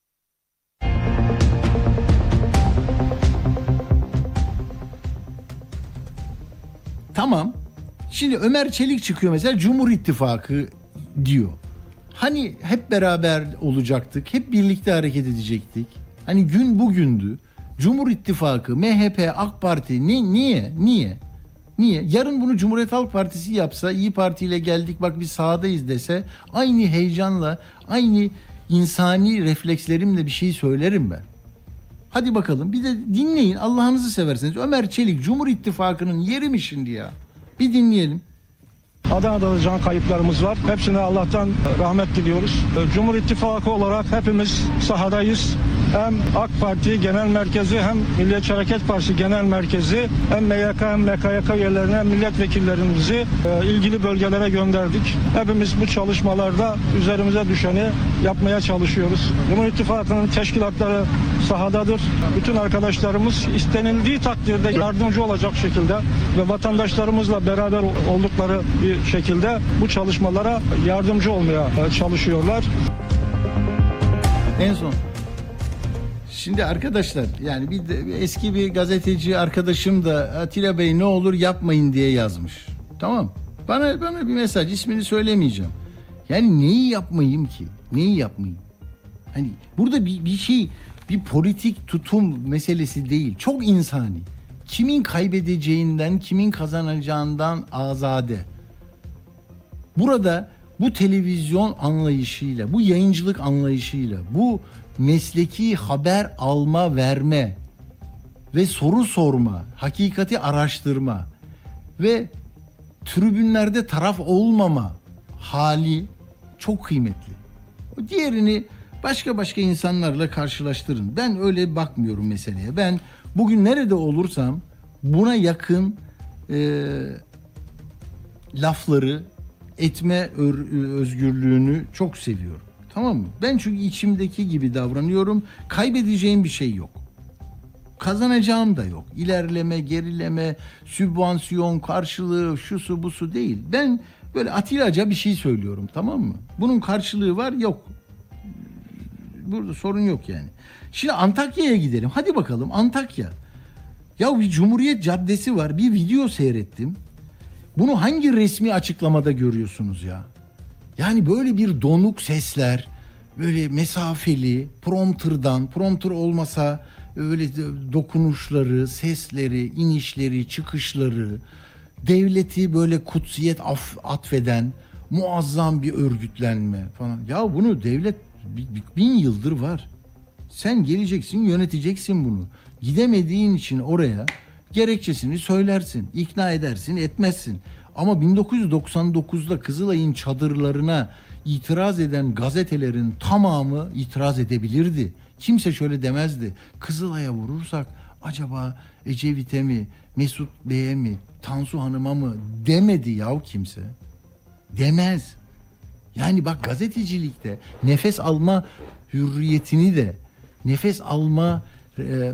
Tamam. Şimdi Ömer Çelik çıkıyor mesela, Cumhur İttifakı diyor. Hani hep beraber olacaktık, hep birlikte hareket edecektik. Hani gün bugündü. Cumhur İttifakı, M H P, AK Parti ne, niye? Niye? Niye? Yarın bunu Cumhuriyet Halk Partisi yapsa, İyi Parti ile geldik bak biz sahadayız dese, aynı heyecanla, aynı insani reflekslerimle bir şey söylerim ben. Hadi bakalım bir de dinleyin Allah'ınızı severseniz. Ömer Çelik, Cumhur İttifakı'nın yeri mi şimdi ya? Bir dinleyelim. Adana'da da can kayıplarımız var. Hepsine Allah'tan rahmet diliyoruz. Cumhur İttifakı olarak hepimiz sahadayız. Hem AK Parti Genel Merkezi hem Milliyetçi Hareket Partisi Genel Merkezi hem M Y K hem M K Y K üyelerine milletvekillerimizi e, ilgili bölgelere gönderdik. Hepimiz bu çalışmalarda üzerimize düşeni yapmaya çalışıyoruz. Cumhur İttifakı'nın teşkilatları sahadadır. Bütün arkadaşlarımız istenildiği takdirde yardımcı olacak şekilde ve vatandaşlarımızla beraber oldukları bir şekilde bu çalışmalara yardımcı olmaya çalışıyorlar. En son. Şimdi arkadaşlar yani bir, de, bir eski bir gazeteci arkadaşım da Atilla Bey ne olur yapmayın diye yazmış. Tamam. Bana bana bir mesaj, ismini söylemeyeceğim. Yani neyi yapmayayım ki? Neyi yapmayayım? Hani burada bir, bir şey, bir politik tutum meselesi değil. Çok insani. Kimin kaybedeceğinden, kimin kazanacağından azade. Burada bu televizyon anlayışıyla, bu yayıncılık anlayışıyla, bu mesleki haber alma, verme ve soru sorma, hakikati araştırma ve tribünlerde taraf olmama hali çok kıymetli. O diğerini başka başka insanlarla karşılaştırın. Ben öyle bakmıyorum meseleye. Ben bugün nerede olursam buna yakın e, lafları etme özgürlüğünü çok seviyorum. Tamam mı? Ben çünkü içimdeki gibi davranıyorum. Kaybedeceğim bir şey yok. Kazanacağım da yok. İlerleme, gerileme, sübvansiyon, karşılığı, şusu busu değil. Ben böyle Atilla'ca bir şey söylüyorum, tamam mı? Bunun karşılığı var, yok. Burada sorun yok yani. Şimdi Antakya'ya gidelim. Hadi bakalım Antakya. Ya bir Cumhuriyet Caddesi var. Bir video seyrettim. Bunu hangi resmi açıklamada görüyorsunuz ya? Yani böyle bir donuk sesler, böyle mesafeli, prompterdan, prompter olmasa öyle dokunuşları, sesleri, inişleri, çıkışları, devleti böyle kutsiyet atfeden muazzam bir örgütlenme falan. Ya bunu devlet bin yıldır var. Sen geleceksin, yöneteceksin bunu. Gidemediğin için oraya gerekçesini söylersin, ikna edersin, etmezsin. Ama bin dokuz yüz doksan dokuzda Kızılay'ın çadırlarına itiraz eden gazetelerin tamamı itiraz edebilirdi. Kimse şöyle demezdi. Kızılay'a vurursak acaba Ecevit'e mi, Mesut Bey'e mi, Tansu Hanım'a mı demedi yahu kimse. Demez. Yani bak, gazetecilikte nefes alma hürriyetini de, nefes alma e,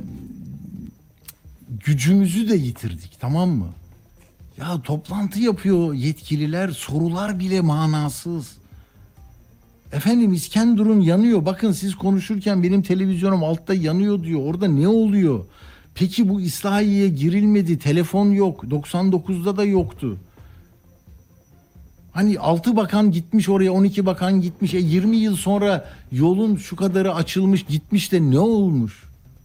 gücümüzü de yitirdik, tamam mı? Ya toplantı yapıyor yetkililer, sorular bile manasız. Efendim İskenderun yanıyor. Bakın siz konuşurken benim televizyonum altta yanıyor diyor. Orada ne oluyor? Peki bu İslahiye'ye girilmedi. Telefon yok. doksan dokuzda da yoktu. Hani altı bakan gitmiş oraya, on iki bakan gitmiş. E yirmi yıl sonra yolun şu kadarı açılmış, gitmiş de ne olmuş?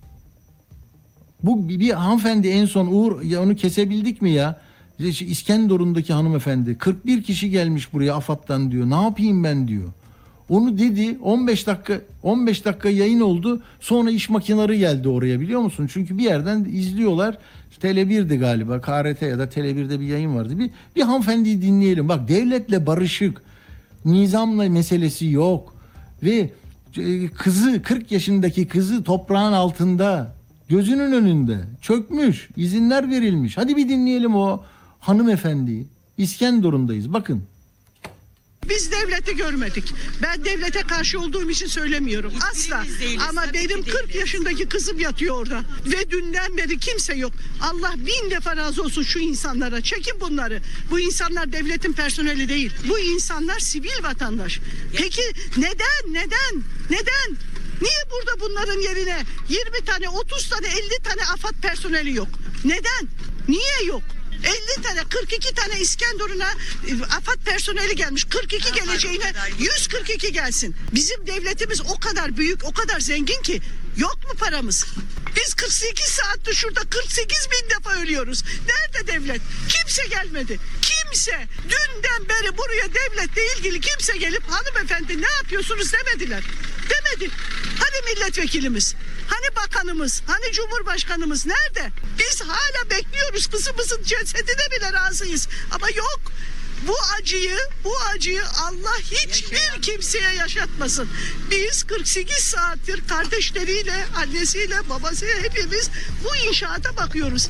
Bu bir hanımefendi en son Uğur, ya onu kesebildik mi ya? İskenderun'daki hanımefendi kırk bir kişi gelmiş buraya AFAD'dan diyor. Ne yapayım ben diyor. Onu dedi, on beş dakika on beş dakika yayın oldu. Sonra iş makineleri geldi oraya, biliyor musun? Çünkü bir yerden izliyorlar. Tele bir'di galiba. K R T ya da Tele bir'de bir yayın vardı. Bir, bir hanımefendiyi dinleyelim. Bak, devletle barışık, nizamla meselesi yok. Ve kızı, kırk yaşındaki kızı toprağın altında, gözünün önünde çökmüş, izinler verilmiş. Hadi bir dinleyelim o hanımefendiyi. İskenderun'dayız, bakın. Biz devleti görmedik. Ben devlete karşı olduğum için söylemiyorum. Asla. Ama benim kırk yaşındaki kızım yatıyor orada. Ve dünden beri kimse yok. Allah bin defa razı olsun şu insanlara. Çekin bunları. Bu insanlar devletin personeli değil. Bu insanlar sivil vatandaş. Peki neden? Neden? Neden? Niye burada bunların yerine yirmi tane, otuz tane, elli tane AFAD personeli yok? Neden? Niye yok? elli tane, kırk iki tane İskenderun'a AFAD personeli gelmiş. kırk iki geleceğine yüz kırk iki gelsin. Bizim devletimiz o kadar büyük, o kadar zengin ki yok mu paramız? Biz kırk sekiz saattir şurada kırk sekiz bin defa ölüyoruz. Nerede devlet? Kimse gelmedi. Kimse. Dünden beri buraya devletle ilgili kimse gelip hanımefendi ne yapıyorsunuz demediler. Demedi. Hani milletvekilimiz? Hani bakanımız? Hani cumhurbaşkanımız nerede? Biz hala bekliyoruz. Kızımızın cesedine bile razıyız. Ama yok. Bu acıyı, bu acıyı Allah hiçbir kimseye yaşatmasın. Biz kırk sekiz saattir kardeşleriyle, annesiyle, babasıyla hepimiz bu inşaata bakıyoruz.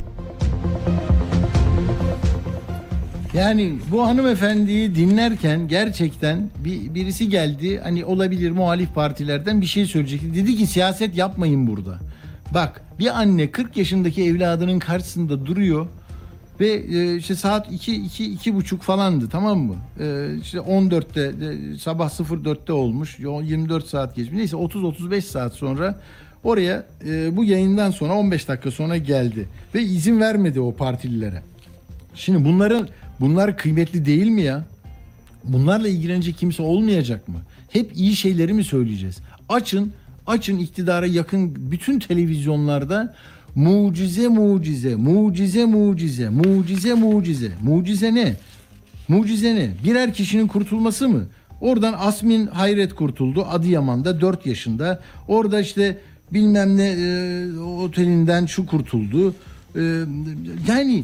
Yani bu hanımefendiyi dinlerken gerçekten bir, birisi geldi, hani olabilir muhalif partilerden bir şey söyleyecekti. Dedi ki siyaset yapmayın burada. Bak, bir anne kırk yaşındaki evladının karşısında duruyor ve e, işte saat iki, iki, iki buçuk falandı, tamam mı? E, işte on dörtte e, sabah sıfır dörtte olmuş, yirmi dört saat geçmiş. Neyse otuz otuz beş saat sonra oraya e, bu yayından sonra on beş dakika sonra geldi ve izin vermedi o partililere. Şimdi bunların Bunlar kıymetli değil mi ya? Bunlarla ilgilenecek kimse olmayacak mı? Hep iyi şeyleri mi söyleyeceğiz? Açın, açın iktidara yakın bütün televizyonlarda mucize mucize, mucize mucize, mucize mucize. Mucize ne? Mucize ne? Birer kişinin kurtulması mı? Oradan Asmin Hayret kurtuldu Adıyaman'da dört yaşında. Orada işte bilmem ne e, otelinden şu kurtuldu. E, yani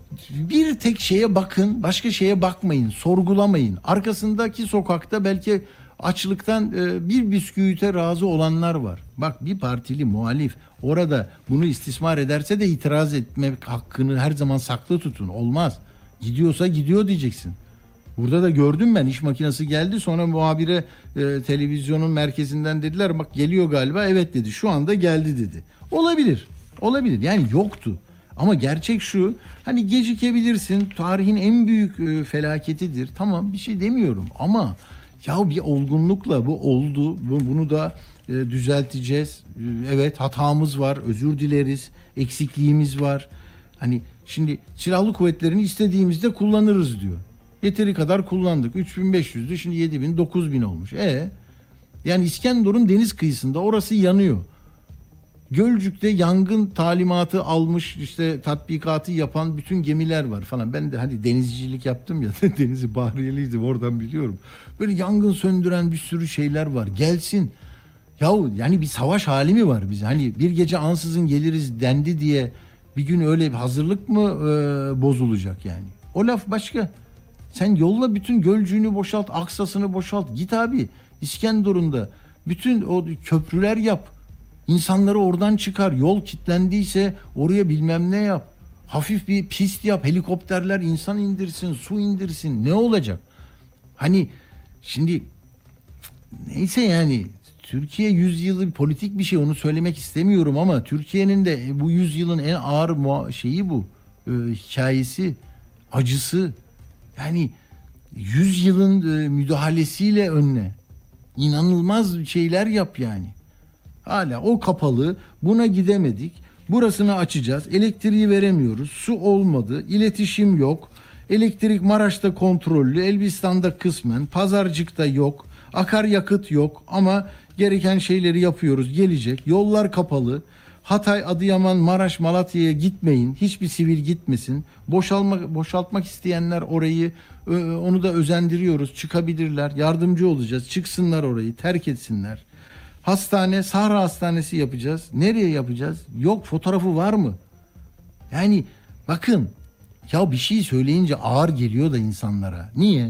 bir tek şeye bakın, başka şeye bakmayın, sorgulamayın. Arkasındaki sokakta belki açlıktan e, bir bisküvite razı olanlar var. Bak, bir partili muhalif orada bunu istismar ederse de itiraz etmek hakkını her zaman saklı tutun. Olmaz. Gidiyorsa gidiyor diyeceksin. Burada da gördüm ben, iş makinesi geldi, sonra muhabire e, televizyonun merkezinden dediler bak geliyor galiba, evet dedi, şu anda geldi dedi. Olabilir, olabilir yani yoktu. Ama gerçek şu, hani gecikebilirsin, tarihin en büyük e, felaketidir, tamam, bir şey demiyorum ama ya bir olgunlukla bu oldu, bu, bunu da e, düzelteceğiz. E, evet, hatamız var, özür dileriz, eksikliğimiz var. Hani şimdi silahlı kuvvetlerini istediğimizde kullanırız diyor. Yeteri kadar kullandık. üç bin beş yüzdü, şimdi yedi bin, dokuz bin olmuş. E yani İskenderun deniz kıyısında, orası yanıyor. Gölcük'te yangın talimatı almış, işte tatbikatı yapan bütün gemiler var falan. Ben de hani denizcilik yaptım ya, denizi bahriyeliydim, oradan biliyorum. Böyle yangın söndüren bir sürü şeyler var. Gelsin. Yahu yani bir savaş hali mi var bize? Hani bir gece ansızın geliriz dendi diye bir gün öyle bir hazırlık mı e, bozulacak yani? O laf başka. Sen yolla, bütün Gölcüğünü boşalt, Aksas'ını boşalt. Git abi İskenderun'da bütün o köprüler yap. İnsanları oradan çıkar. Yol kilitlendiyse oraya bilmem ne yap. Hafif bir pist yap. Helikopterler insan indirsin, su indirsin. Ne olacak? Hani şimdi neyse yani Türkiye yüzyılı politik bir şey, onu söylemek istemiyorum ama Türkiye'nin de bu yüzyılın en ağır şeyi bu. Ee, hikayesi, acısı. Yani yüzyılın e, müdahalesiyle önüne inanılmaz şeyler yap yani. Hala o kapalı, buna gidemedik. Burasını açacağız. Elektriği veremiyoruz. Su olmadı. İletişim yok. Elektrik Maraş'ta kontrollü. Elbistan'da kısmen. Pazarcık'ta yok. Akaryakıt yok. Ama gereken şeyleri yapıyoruz. Gelecek. Yollar kapalı. Hatay, Adıyaman, Maraş, Malatya'ya gitmeyin. Hiçbir sivil gitmesin. Boşalmak, boşaltmak isteyenler orayı, onu da özendiriyoruz. Çıkabilirler. Yardımcı olacağız. Çıksınlar orayı. Terk etsinler. Hastane, Sahra Hastanesi yapacağız. Nereye yapacağız? Yok, fotoğrafı var mı? Yani bakın, ya bir şey söyleyince ağır geliyor da insanlara. Niye?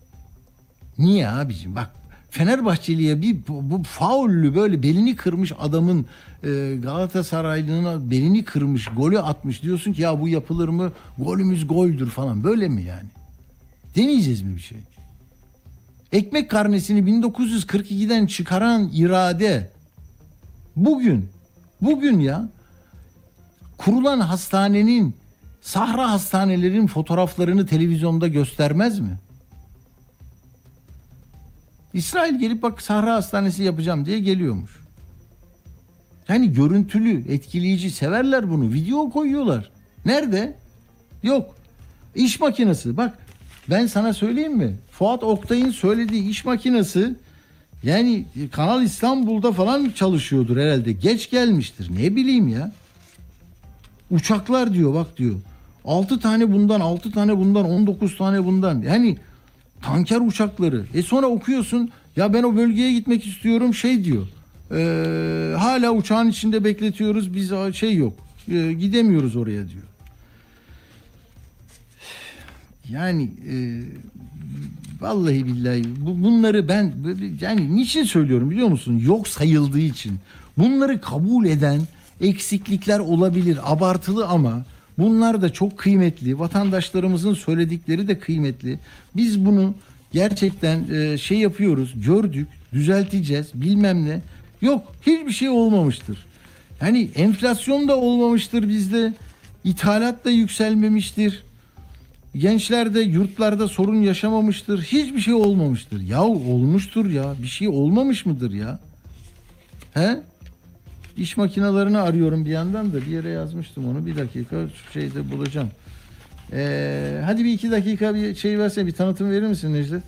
Niye abicim? Bak, Fenerbahçeli'ye bir bu, bu faullü böyle belini kırmış adamın, e, Galatasaraylı'nın belini kırmış, golü atmış. Diyorsun ki ya bu yapılır mı? Golümüz goldür falan. Böyle mi yani? Demeyeceğiz mi bir şey? Ekmek karnesini bin dokuz yüz kırk ikiden çıkaran irade bugün, bugün ya kurulan hastanenin, Sahra hastanelerin fotoğraflarını televizyonda göstermez mi? İsrail gelip bak Sahra Hastanesi yapacağım diye geliyormuş. Yani görüntülü, etkileyici, severler bunu. Video koyuyorlar. Nerede? Yok. İş makinesi. Bak ben sana söyleyeyim mi? Fuat Oktay'ın söylediği iş makinesi, yani Kanal İstanbul'da falan çalışıyordur herhalde. Geç gelmiştir. Ne bileyim ya. Uçaklar diyor, bak diyor. altı tane bundan, altı tane bundan, on dokuz tane bundan. Yani tanker uçakları. E sonra okuyorsun ya ben o bölgeye gitmek istiyorum, şey diyor. E, hala uçağın içinde bekletiyoruz, biz şey yok. E, gidemiyoruz oraya diyor. Yani e, vallahi billahi bu, bunları ben yani niçin söylüyorum biliyor musun? Yok sayıldığı için. Bunları kabul eden eksiklikler olabilir, abartılı, ama bunlar da çok kıymetli. Vatandaşlarımızın söyledikleri de kıymetli. Biz bunu gerçekten e, şey yapıyoruz, gördük, düzelteceğiz, bilmem ne. Yok, hiçbir şey olmamıştır. Yani enflasyon da olmamıştır bizde. İthalat da yükselmemiştir. Gençler de yurtlarda sorun yaşamamıştır. Hiçbir şey olmamıştır. Ya olmuştur ya. Bir şey olmamış mıdır ya? He? İş makinelerini arıyorum bir yandan da, bir yere yazmıştım onu. Bir dakika şu şeyde bulacağım. Ee, hadi bir iki dakika bir şey versene, bir tanıtım verir misin Necdet?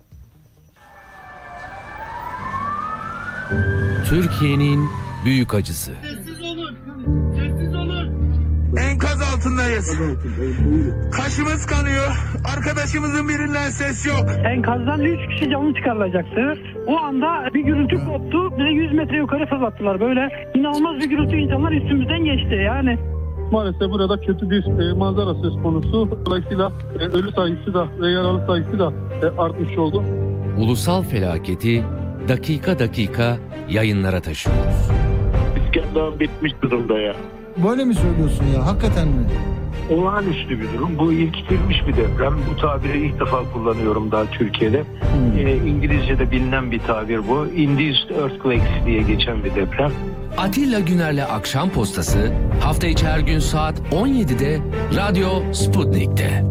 Türkiye'nin büyük acısı. Sessiz olun. Sessiz olun. Enkaz altındayız. Kaşımız kanıyor. Arkadaşımızın birinden ses yok. Enkazdan üç kişi canlı çıkarılacaktı. O anda bir gürültü koptu. Bize yüz metre yukarı fırlattılar. Böyle inanılmaz bir gürültü, insanlar üstümüzden geçti yani. Maalesef burada kötü bir e, manzara söz konusu. Dolayısıyla e, ölü sayısı da ve yaralı sayısı da e, artmış oldu. Ulusal felaketi dakika dakika yayınlara taşıyoruz. İskender bitmiş durumda ya. Böyle mi söylüyorsun ya? Hakikaten mi? Olağanüstü bir durum. Bu ilkitilmiş bir deprem. Bu tabiri ilk defa kullanıyorum daha Türkiye'de. Hmm. E, İngilizce'de bilinen bir tabir bu. Induced earthquakes diye geçen bir deprem. Atilla Güner'le Akşam Postası hafta içi her gün saat on yedide Radyo Sputnik'te.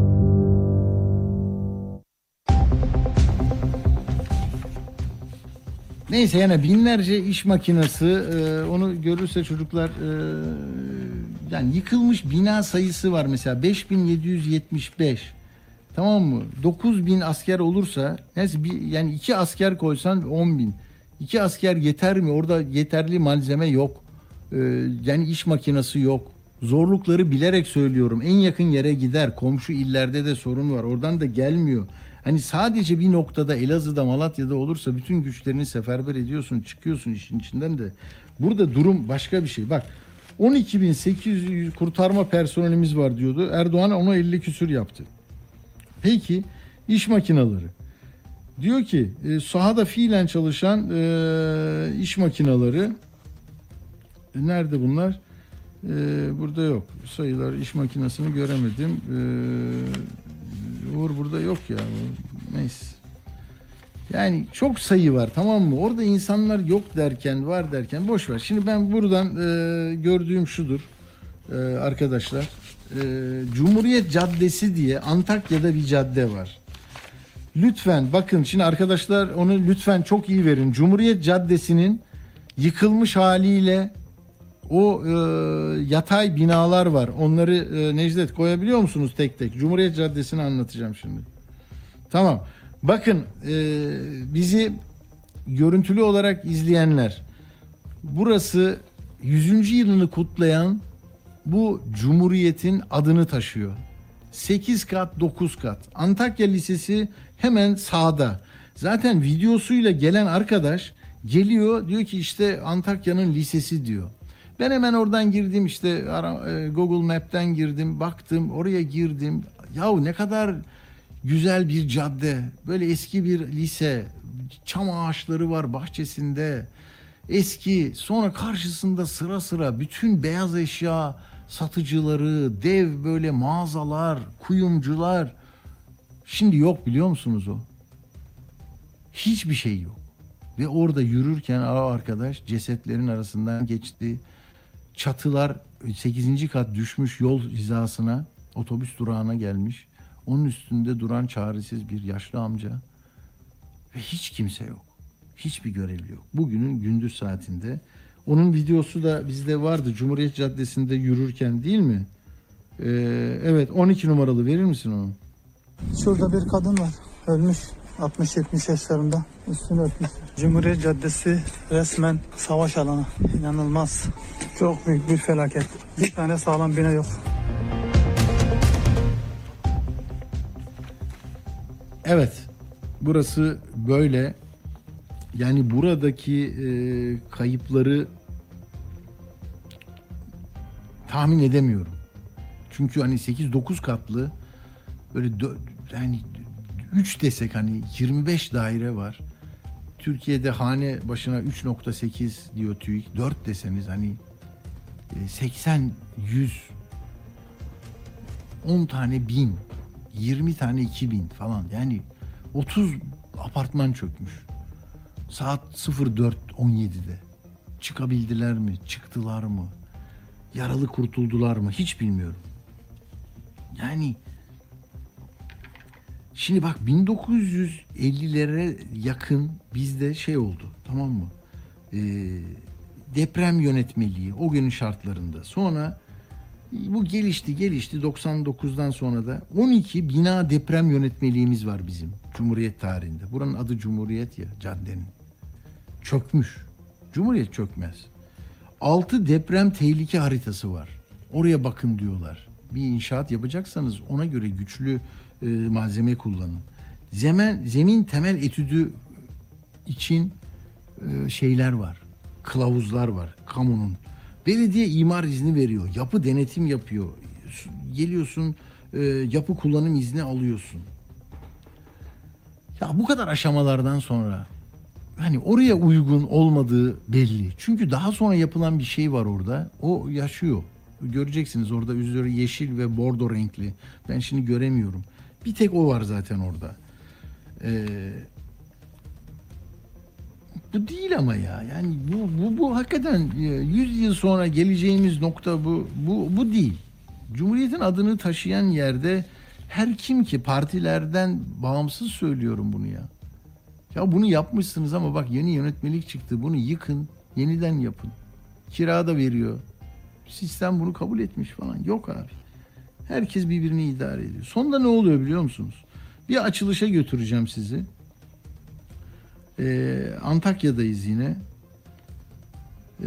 Neyse yani binlerce iş makinesi e, onu görürse çocuklar e, yani yıkılmış bina sayısı var mesela beş bin yedi yüz yetmiş beş, tamam mı? dokuz bin asker olursa neyse bir, yani iki asker koysan on bin. İki asker yeter mi? Orada yeterli malzeme yok. E, yani iş makinesi yok. Zorlukları bilerek söylüyorum. En yakın yere gider. Komşu illerde de sorun var. Oradan da gelmiyor. Hani sadece bir noktada Elazığ'da, Malatya'da olursa bütün güçlerini seferber ediyorsun, çıkıyorsun işin içinden de. Burada durum başka bir şey. Bak on iki bin sekiz yüz kurtarma personelimiz var diyordu. Erdoğan ona elli küsür yaptı. Peki iş makineleri. Diyor ki e, sahada fiilen çalışan e, iş makineleri e, nerede bunlar? E, burada yok. Sayılar iş makinesini göremedim. E, Uğur burada yok ya. Neyse. Yani çok sayı var, tamam mı? Orada insanlar yok derken, var derken boş ver. Şimdi ben buradan e, gördüğüm şudur e, arkadaşlar. E, Cumhuriyet Caddesi diye Antakya'da bir cadde var. Lütfen bakın şimdi arkadaşlar onu lütfen çok iyi verin. Cumhuriyet Caddesi'nin yıkılmış haliyle o e, yatay binalar var. Onları e, Necdet koyabiliyor musunuz tek tek? Cumhuriyet Caddesi'ni anlatacağım şimdi. Tamam. Bakın e, bizi görüntülü olarak izleyenler. Burası yüzüncü yılını kutlayan bu Cumhuriyet'in adını taşıyor. sekiz kat, dokuz kat. Antakya Lisesi hemen sağda. Zaten videosuyla gelen arkadaş geliyor diyor ki işte Antakya'nın lisesi diyor. Ben hemen oradan girdim işte Google Map'ten girdim, baktım, oraya girdim. Yahu ne kadar güzel bir cadde, böyle eski bir lise, çam ağaçları var bahçesinde. Eski, sonra karşısında sıra sıra bütün beyaz eşya satıcıları, dev böyle mağazalar, kuyumcular. Şimdi yok biliyor musunuz o? Hiçbir şey yok. Ve orada yürürken arkadaş cesetlerin arasından geçti. Çatılar sekizinci kat düşmüş yol hizasına, otobüs durağına gelmiş. Onun üstünde duran çaresiz bir yaşlı amca ve hiç kimse yok. Hiçbir görevli yok. Bugünün gündüz saatinde. Onun videosu da bizde vardı. Cumhuriyet Caddesi'nde yürürken değil mi? Ee, evet on iki numaralı verir misin onu? Şurada bir kadın var. Ölmüş. altmış yetmiş yaşlarında. Üstünü örtmüş. Cumhuriyet Caddesi resmen savaş alanı. İnanılmaz. Çok büyük bir felaket. Bir tane sağlam bina yok. Evet. Burası böyle. Yani buradaki e, kayıpları tahmin edemiyorum. Çünkü hani sekiz dokuz katlı böyle dö- yani üç desek hani yirmi beş daire var. Türkiye'de hane başına üç nokta sekiz diyor TÜİK. dört deseniz hani seksen, yüz, on tane bin, yirmi tane iki bin falan. Yani otuz apartman çökmüş. Saat sıfır dört on yedide. Çıkabildiler mi? Çıktılar mı? Yaralı kurtuldular mı? Hiç bilmiyorum. Yani şimdi bak bin dokuz yüz ellilere yakın bizde şey oldu, tamam mı? Ee, deprem yönetmeliği o günün şartlarında. Sonra bu gelişti gelişti doksan dokuzdan sonra da on iki bina deprem yönetmeliğimiz var bizim Cumhuriyet tarihinde. Buranın adı Cumhuriyet ya caddenin. Çökmüş. Cumhuriyet çökmez. altı deprem tehlike haritası var. Oraya bakın diyorlar. Bir inşaat yapacaksanız ona göre güçlü e, malzeme kullanın. Zemin, zemin temel etüdü için e, şeyler var. Kılavuzlar var kamunun. Belediye imar izni veriyor. Yapı denetim yapıyor. Geliyorsun e, yapı kullanım izni alıyorsun. Ya bu kadar aşamalardan sonra hani oraya uygun olmadığı belli. Çünkü daha sonra yapılan bir şey var orada. O yaşıyor. Göreceksiniz orada üzeri yeşil ve bordo renkli. Ben şimdi göremiyorum. Bir tek o var zaten orada. Ee, bu değil ama ya. Yani bu, bu, bu hakikaten yüz yıl sonra geleceğimiz nokta bu. Bu, bu değil. Cumhuriyetin adını taşıyan yerde her kim ki partilerden bağımsız söylüyorum bunu ya. Ya bunu yapmışsınız ama bak yeni yönetmelik çıktı. Bunu yıkın, yeniden yapın. Kira da veriyor. Sistem bunu kabul etmiş falan. Yok abi. Herkes birbirini idare ediyor. Sonunda ne oluyor biliyor musunuz? Bir açılışa götüreceğim sizi. Ee, Antakya'dayız yine. Ee,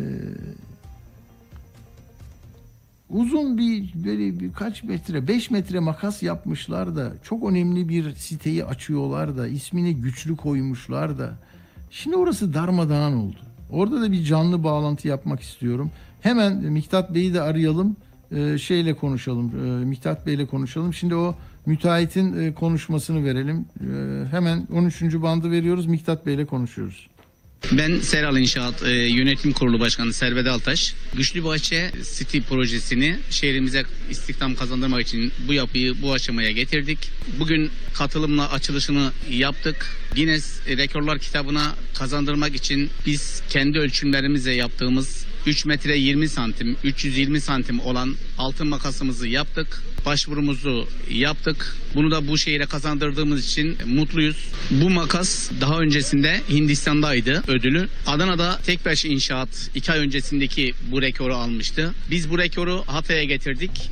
uzun bir böyle birkaç metre, beş metre makas yapmışlar da çok önemli bir siteyi açıyorlar da ismini güçlü koymuşlar da. Şimdi orası darmadağın oldu. Orada da bir canlı bağlantı yapmak istiyorum. Hemen Miktat Bey'i de arayalım. Ee, şeyle konuşalım. Ee, Miktat Bey'le konuşalım. Şimdi o müteahhitin e, konuşmasını verelim. Ee, hemen on üçüncü bandı veriyoruz. Miktat Bey'le konuşuyoruz. Ben Seral İnşaat e, Yönetim Kurulu Başkanı Servet Altaş. Güçlübahçe City projesini şehrimize istihdam kazandırmak için bu yapıyı bu aşamaya getirdik. Bugün katılımla açılışını yaptık. Guinness Rekorlar kitabına kazandırmak için biz kendi ölçümlerimizle yaptığımız üç metre yirmi santim, üç yüz yirmi santim olan altın makasımızı yaptık. Başvurumuzu yaptık. Bunu da bu şehire kazandırdığımız için mutluyuz. Bu makas daha öncesinde Hindistan'daydı ödülü. Adana'da Tekbaş İnşaat iki ay öncesindeki bu rekoru almıştı. Biz bu rekoru Hatay'a getirdik.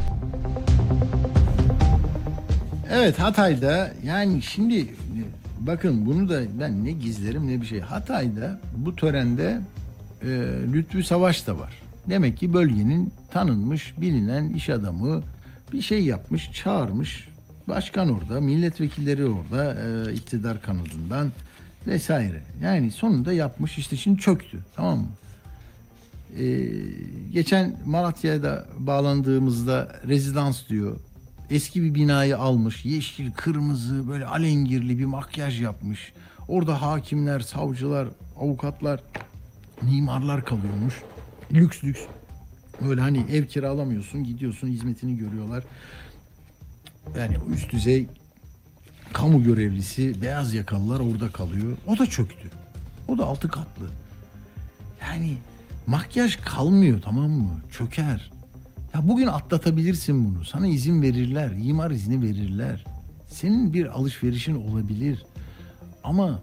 Evet, Hatay'da yani şimdi bakın bunu da ben ne gizlerim ne bir şey. Hatay'da bu törende e, Lütfü Savaş da var. Demek ki bölgenin tanınmış, bilinen iş adamı bir şey yapmış, çağırmış. Başkan orada, milletvekilleri orada, e, iktidar kanadından vesaire. Yani sonunda yapmış, işte şimdi çöktü, tamam mı? E, geçen Malatya'da bağlandığımızda rezidans diyor. Eski bir binayı almış, yeşil, kırmızı, böyle alengirli bir makyaj yapmış. Orada hakimler, savcılar, avukatlar, mimarlar kalıyormuş. Lüks lüks. Böyle hani ev kiralamıyorsun, gidiyorsun, hizmetini görüyorlar. Yani üst düzey kamu görevlisi, beyaz yakalılar orada kalıyor. O da çöktü. O da altı katlı. Yani makyaj kalmıyor, tamam mı? Çöker. Ya bugün atlatabilirsin bunu. Sana izin verirler, imar izni verirler. Senin bir alışverişin olabilir. Ama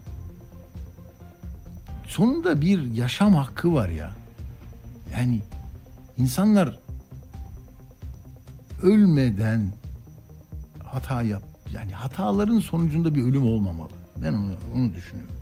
sonunda bir yaşam hakkı var ya. Yani insanlar ölmeden hata yap. Yani hataların sonucunda bir ölüm olmamalı. Ben onu, onu düşünüyorum.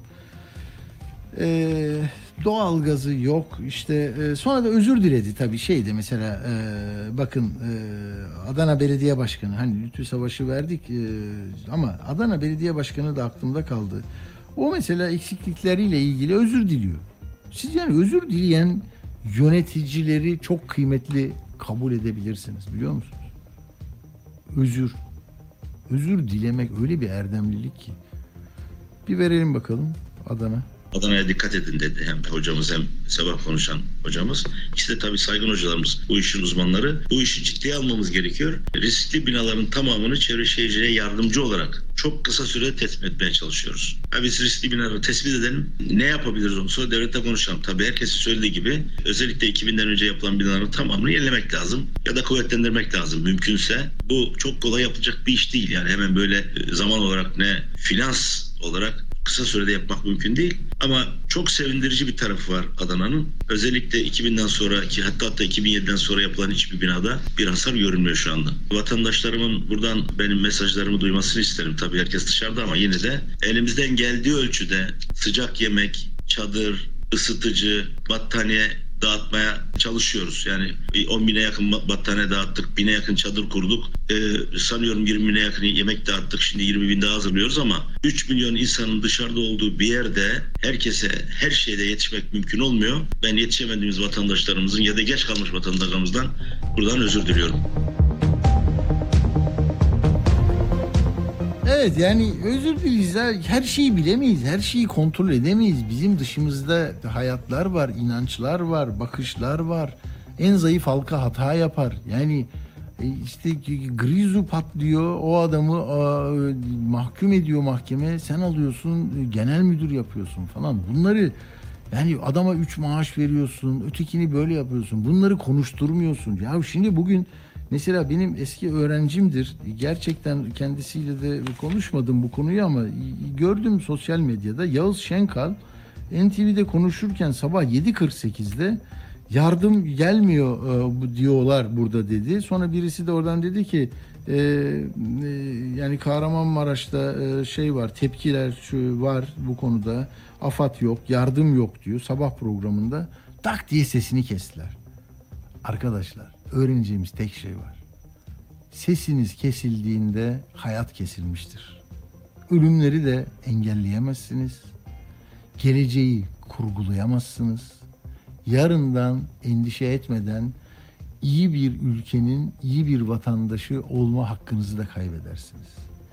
Ee, doğalgazı yok. İşte e, sonra da özür diledi tabii şeydi mesela e, bakın e, Adana Belediye Başkanı, hani Lütfü Savaş'ı verdik e, ama Adana Belediye Başkanı da aklımda kaldı. O mesela eksiklikleriyle ilgili özür diliyor. Siz yani özür dileyen yöneticileri çok kıymetli kabul edebilirsiniz, biliyor musunuz? Özür. Özür dilemek öyle bir erdemlilik ki. Bir verelim bakalım Adana. Adana'ya dikkat edin dedi hem hocamız hem sabah konuşan hocamız. İşte tabii saygın hocalarımız, bu işin uzmanları. Bu işi ciddiye almamız gerekiyor. Riskli binaların tamamını çevre şehirciliğe yardımcı olarak çok kısa sürede tespit etmeye çalışıyoruz. Ha, biz riskli binaları tespit edelim. Ne yapabiliriz onu sonra devlette konuşalım. Tabii herkesin söylediği gibi özellikle iki binden önce yapılan binaların tamamını yenilemek lazım. Ya da kuvvetlendirmek lazım mümkünse. Bu çok kolay yapılacak bir iş değil. Yani hemen böyle zaman olarak ne finans olarak kısa sürede yapmak mümkün değil. Ama çok sevindirici bir tarafı var Adana'nın. Özellikle iki binden sonraki, hatta hatta iki bin yediden sonra yapılan hiçbir binada bir hasar görünmüyor şu anda. Vatandaşlarımın buradan benim mesajlarımı duymasını isterim. Tabii herkes dışarıda ama yine de elimizden geldiği ölçüde sıcak yemek, çadır, ısıtıcı, battaniye dağıtmaya çalışıyoruz. Yani on bine yakın battaniye dağıttık, bine yakın çadır kurduk. Ee, sanıyorum yirmi bine yakın yemek dağıttık. Şimdi yirmi bin daha hazırlıyoruz ama üç milyon insanın dışarıda olduğu bir yerde herkese her şeyde yetişmek mümkün olmuyor. Ben yetişemediğimiz vatandaşlarımızın ya da geç kalmış vatandaşlarımızdan buradan özür diliyorum. Evet, yani özür dileriz. Her şeyi bilemeyiz, her şeyi kontrol edemeyiz. Bizim dışımızda hayatlar var, inançlar var, bakışlar var. En zayıf halka hata yapar. Yani işte Grizu patlıyor, o adamı a, mahkum ediyor mahkeme. Sen alıyorsun, genel müdür yapıyorsun falan. Bunları, yani adama üç maaş veriyorsun, ötekini böyle yapıyorsun. Bunları konuşturmuyorsun. Ya şimdi bugün mesela benim eski öğrencimdir. Gerçekten kendisiyle de konuşmadım bu konuyu ama gördüm sosyal medyada. Yağız Şenkal N T V'de konuşurken sabah yedi kırk sekizde yardım gelmiyor e, diyorlar burada dedi. Sonra birisi de oradan dedi ki e, e, yani Kahramanmaraş'ta e, şey var, tepkiler şu var bu konuda. AFAD yok, yardım yok diyor sabah programında. Tak diye sesini kestiler. Arkadaşlar, öğreneceğimiz tek şey var. Sesiniz kesildiğinde hayat kesilmiştir. Ölümleri de engelleyemezsiniz. Geleceği kurgulayamazsınız. Yarından endişe etmeden iyi bir ülkenin, iyi bir vatandaşı olma hakkınızı da kaybedersiniz.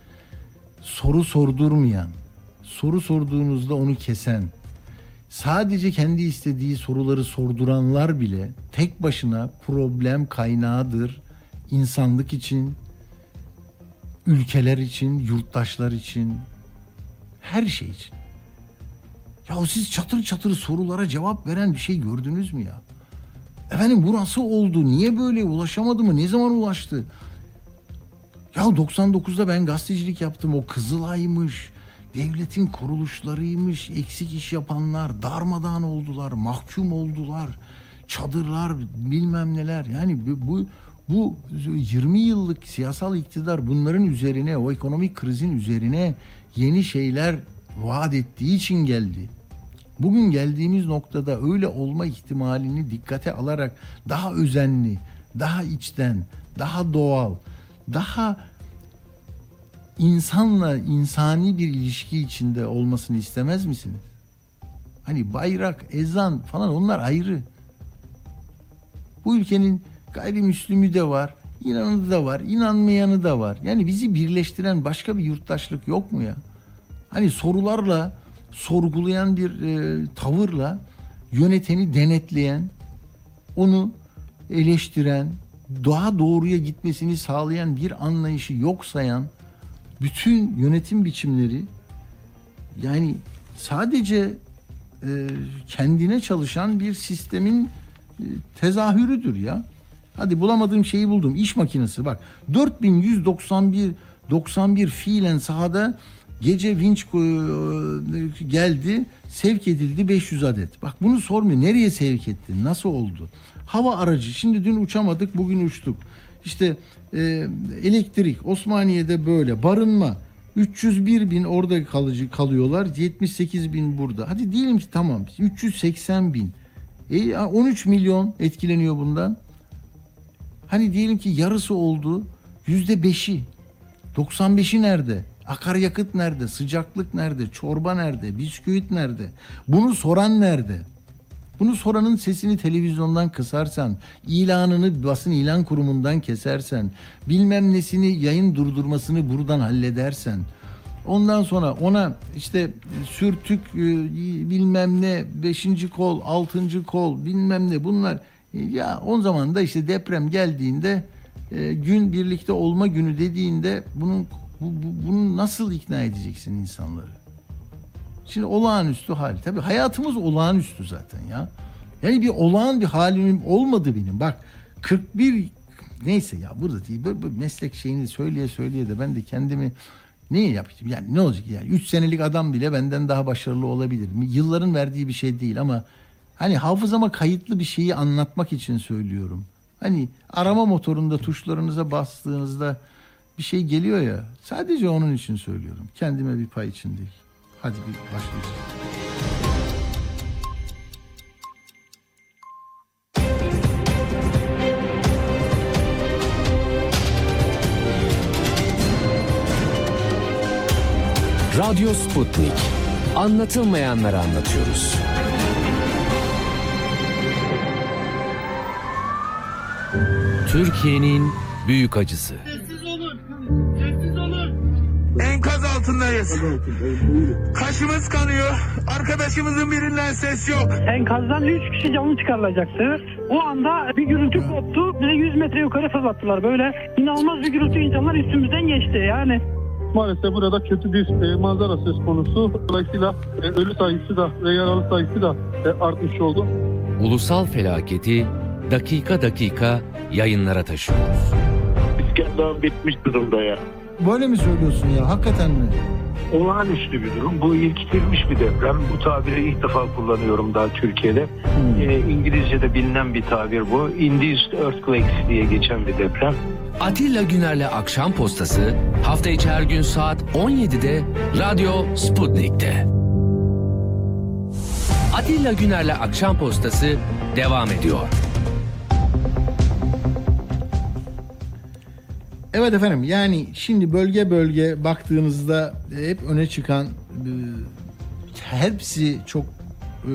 Soru sordurmayan, soru sorduğunuzda onu kesen, sadece kendi istediği soruları sorduranlar bile tek başına problem kaynağıdır. İnsanlık için, ülkeler için, yurttaşlar için, her şey için. Ya siz çatır çatır sorulara cevap veren bir şey gördünüz mü ya? Efendim bu nasıl oldu? Niye böyle ulaşamadı mı? Ne zaman ulaştı? Ya doksan dokuzda ben gazetecilik yaptım. O Kızılay'mış, devletin kuruluşlarıymış, eksik iş yapanlar darmadağın oldular, mahkum oldular, çadırlar, bilmem neler. Yani bu bu yirmi yıllık siyasal iktidar bunların üzerine, o ekonomik krizin üzerine yeni şeyler vaat ettiği için geldi. Bugün geldiğimiz noktada öyle olma ihtimalini dikkate alarak daha özenli, daha içten, daha doğal, daha insanla insani bir ilişki içinde olmasını istemez misiniz? Hani bayrak, ezan falan onlar ayrı. Bu ülkenin gayrimüslimi de var, inananı da var, inanmayanı da var. Yani bizi birleştiren başka bir yurttaşlık yok mu ya? Hani sorularla, sorgulayan bir e, tavırla yöneteni denetleyen, onu eleştiren, daha doğruya gitmesini sağlayan bir anlayışı yok sayan bütün yönetim biçimleri, yani sadece e, kendine çalışan bir sistemin e, tezahürüdür ya. Hadi bulamadığım şeyi buldum. İş makinesi bak. dört bin yüz doksan bir doksan bir fiilen sahada gece vinç geldi, sevk edildi beş yüz adet. Bak bunu sormuyor. Nereye sevk etti? Nasıl oldu? Hava aracı. Şimdi dün uçamadık, bugün uçtuk. İşte e, elektrik Osmaniye'de böyle. Barınma üç yüz bir bin orada kalıcı kalıyorlar. yetmiş sekiz bin burada. Hadi diyelim ki tamam üç yüz seksen bin. E, on üç milyon etkileniyor bundan. Hani diyelim ki yarısı oldu. Yüzde beşi. doksan beşi nerede? Akaryakıt nerede? Sıcaklık nerede? Çorba nerede? Bisküvit nerede? Bunu soran nerede? Bunu soranın sesini televizyondan kısarsan, ilanını basın ilan kurumundan kesersen, bilmem nesini yayın durdurmasını buradan halledersen, ondan sonra ona işte sürtük bilmem ne, beşinci kol, altıncı kol bilmem ne bunlar, ya o zaman da işte deprem geldiğinde gün birlikte olma günü dediğinde bunun bu, bu, bunu nasıl ikna edeceksin insanları? Şimdi olağanüstü hal. Tabii hayatımız olağanüstü zaten ya. Yani bir olağan bir halim olmadı benim. Bak kırk bir neyse ya burada değil. Böyle, böyle meslek şeyini söyleye söyleye de ben de kendimi ne yapayım? Yani ne olacak yani? Üç senelik adam bile benden daha başarılı olabilir. Yılların verdiği bir şey değil ama hani hafızama kayıtlı bir şeyi anlatmak için söylüyorum. Hani arama motorunda tuşlarınıza bastığınızda bir şey geliyor ya. Sadece onun için söylüyorum. Kendime bir pay için değil. Hadi bir başlayalım. Radyo Sputnik. Anlatılmayanları anlatıyoruz. Türkiye'nin büyük acısı. Sessiz olun. Sessiz olun. Enkaz altındayız. Kaşımız kanıyor. Arkadaşımızın birinden ses yok. Enkazdan üç kişi canlı çıkarılacaktı. O anda bir gürültü koptu. Bize yüz metre yukarı fırlattılar. Böyle inanılmaz bir gürültü, insanlar üstümüzden geçti yani. Maalesef burada kötü bir e, manzara söz konusu. Dolayısıyla e, ölü sayısı da ve yaralı sayısı da e, artmış oldu. Ulusal felaketi dakika dakika yayınlara taşıyoruz. İskender bitmiş durumda ya. Böyle mi söylüyorsun ya? Hakikaten mi? Olağanüstü bir durum. Bu ilkitilmiş bir deprem. Bu tabiri ilk defa kullanıyorum daha Türkiye'de. Hmm. Ee, İngilizce'de bilinen bir tabir bu. Induced Earthquakes diye geçen bir deprem. Atilla Güner'le Akşam Postası hafta içi her gün saat on yedide Radyo Sputnik'te. Atilla Güner'le Akşam Postası devam ediyor. Evet efendim, yani şimdi bölge bölge baktığınızda hep öne çıkan e, hepsi çok e,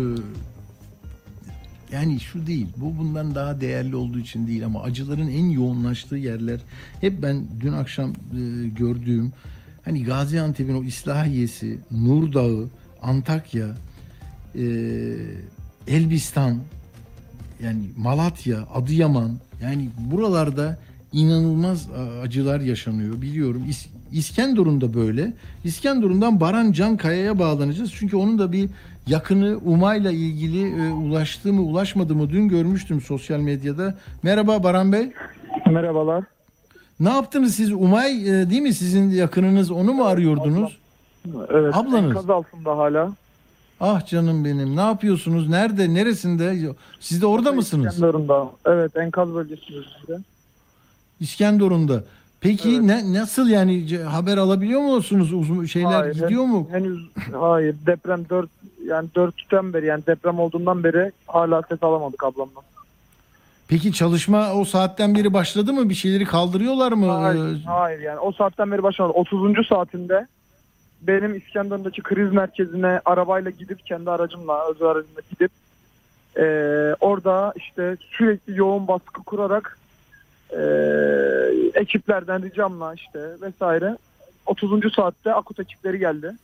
yani şu değil, bu bundan daha değerli olduğu için değil ama acıların en yoğunlaştığı yerler hep ben dün akşam e, gördüğüm, hani Gaziantep'in o İslahiyesi, Nur Dağı, Antakya, e, Elbistan, yani Malatya, Adıyaman, yani buralarda İnanılmaz acılar yaşanıyor biliyorum. İs- İskenderun da böyle. İskenderun'dan Baran Cankaya'ya bağlanacağız. Çünkü onun da bir yakını Umay'la ilgili e, ulaştı mı ulaşmadı mı dün görmüştüm sosyal medyada. Merhaba Baran Bey. Merhabalar. Ne yaptınız siz? Umay e, değil mi sizin yakınınız, onu mu arıyordunuz? Ablam. Evet. Ablanız. Enkaz altında hala. Ah canım benim, ne yapıyorsunuz? Nerede? Neresinde? Siz de orada mısınız? İskenderun'da. Evet, enkaz bölgesinde. İskenderun'da. Peki evet. ne nasıl yani haber alabiliyor musunuz? Uzun şeyler hayır, gidiyor mu? Henüz hayır. Deprem dört yani dörtten beri, yani deprem olduğundan beri hala ses alamadık ablamdan. Peki çalışma o saatten beri başladı mı? Bir şeyleri kaldırıyorlar mı? Hayır, hayır yani o saatten beri başlamadı. otuzuncu saatinde benim İskenderun'daki kriz merkezine arabayla gidip, kendi aracımla, özel aracımla gidip e, orada işte sürekli yoğun baskı kurarak Ee, ekiplerden ricamla işte vesaire otuzuncu saatte akut ekipleri geldi.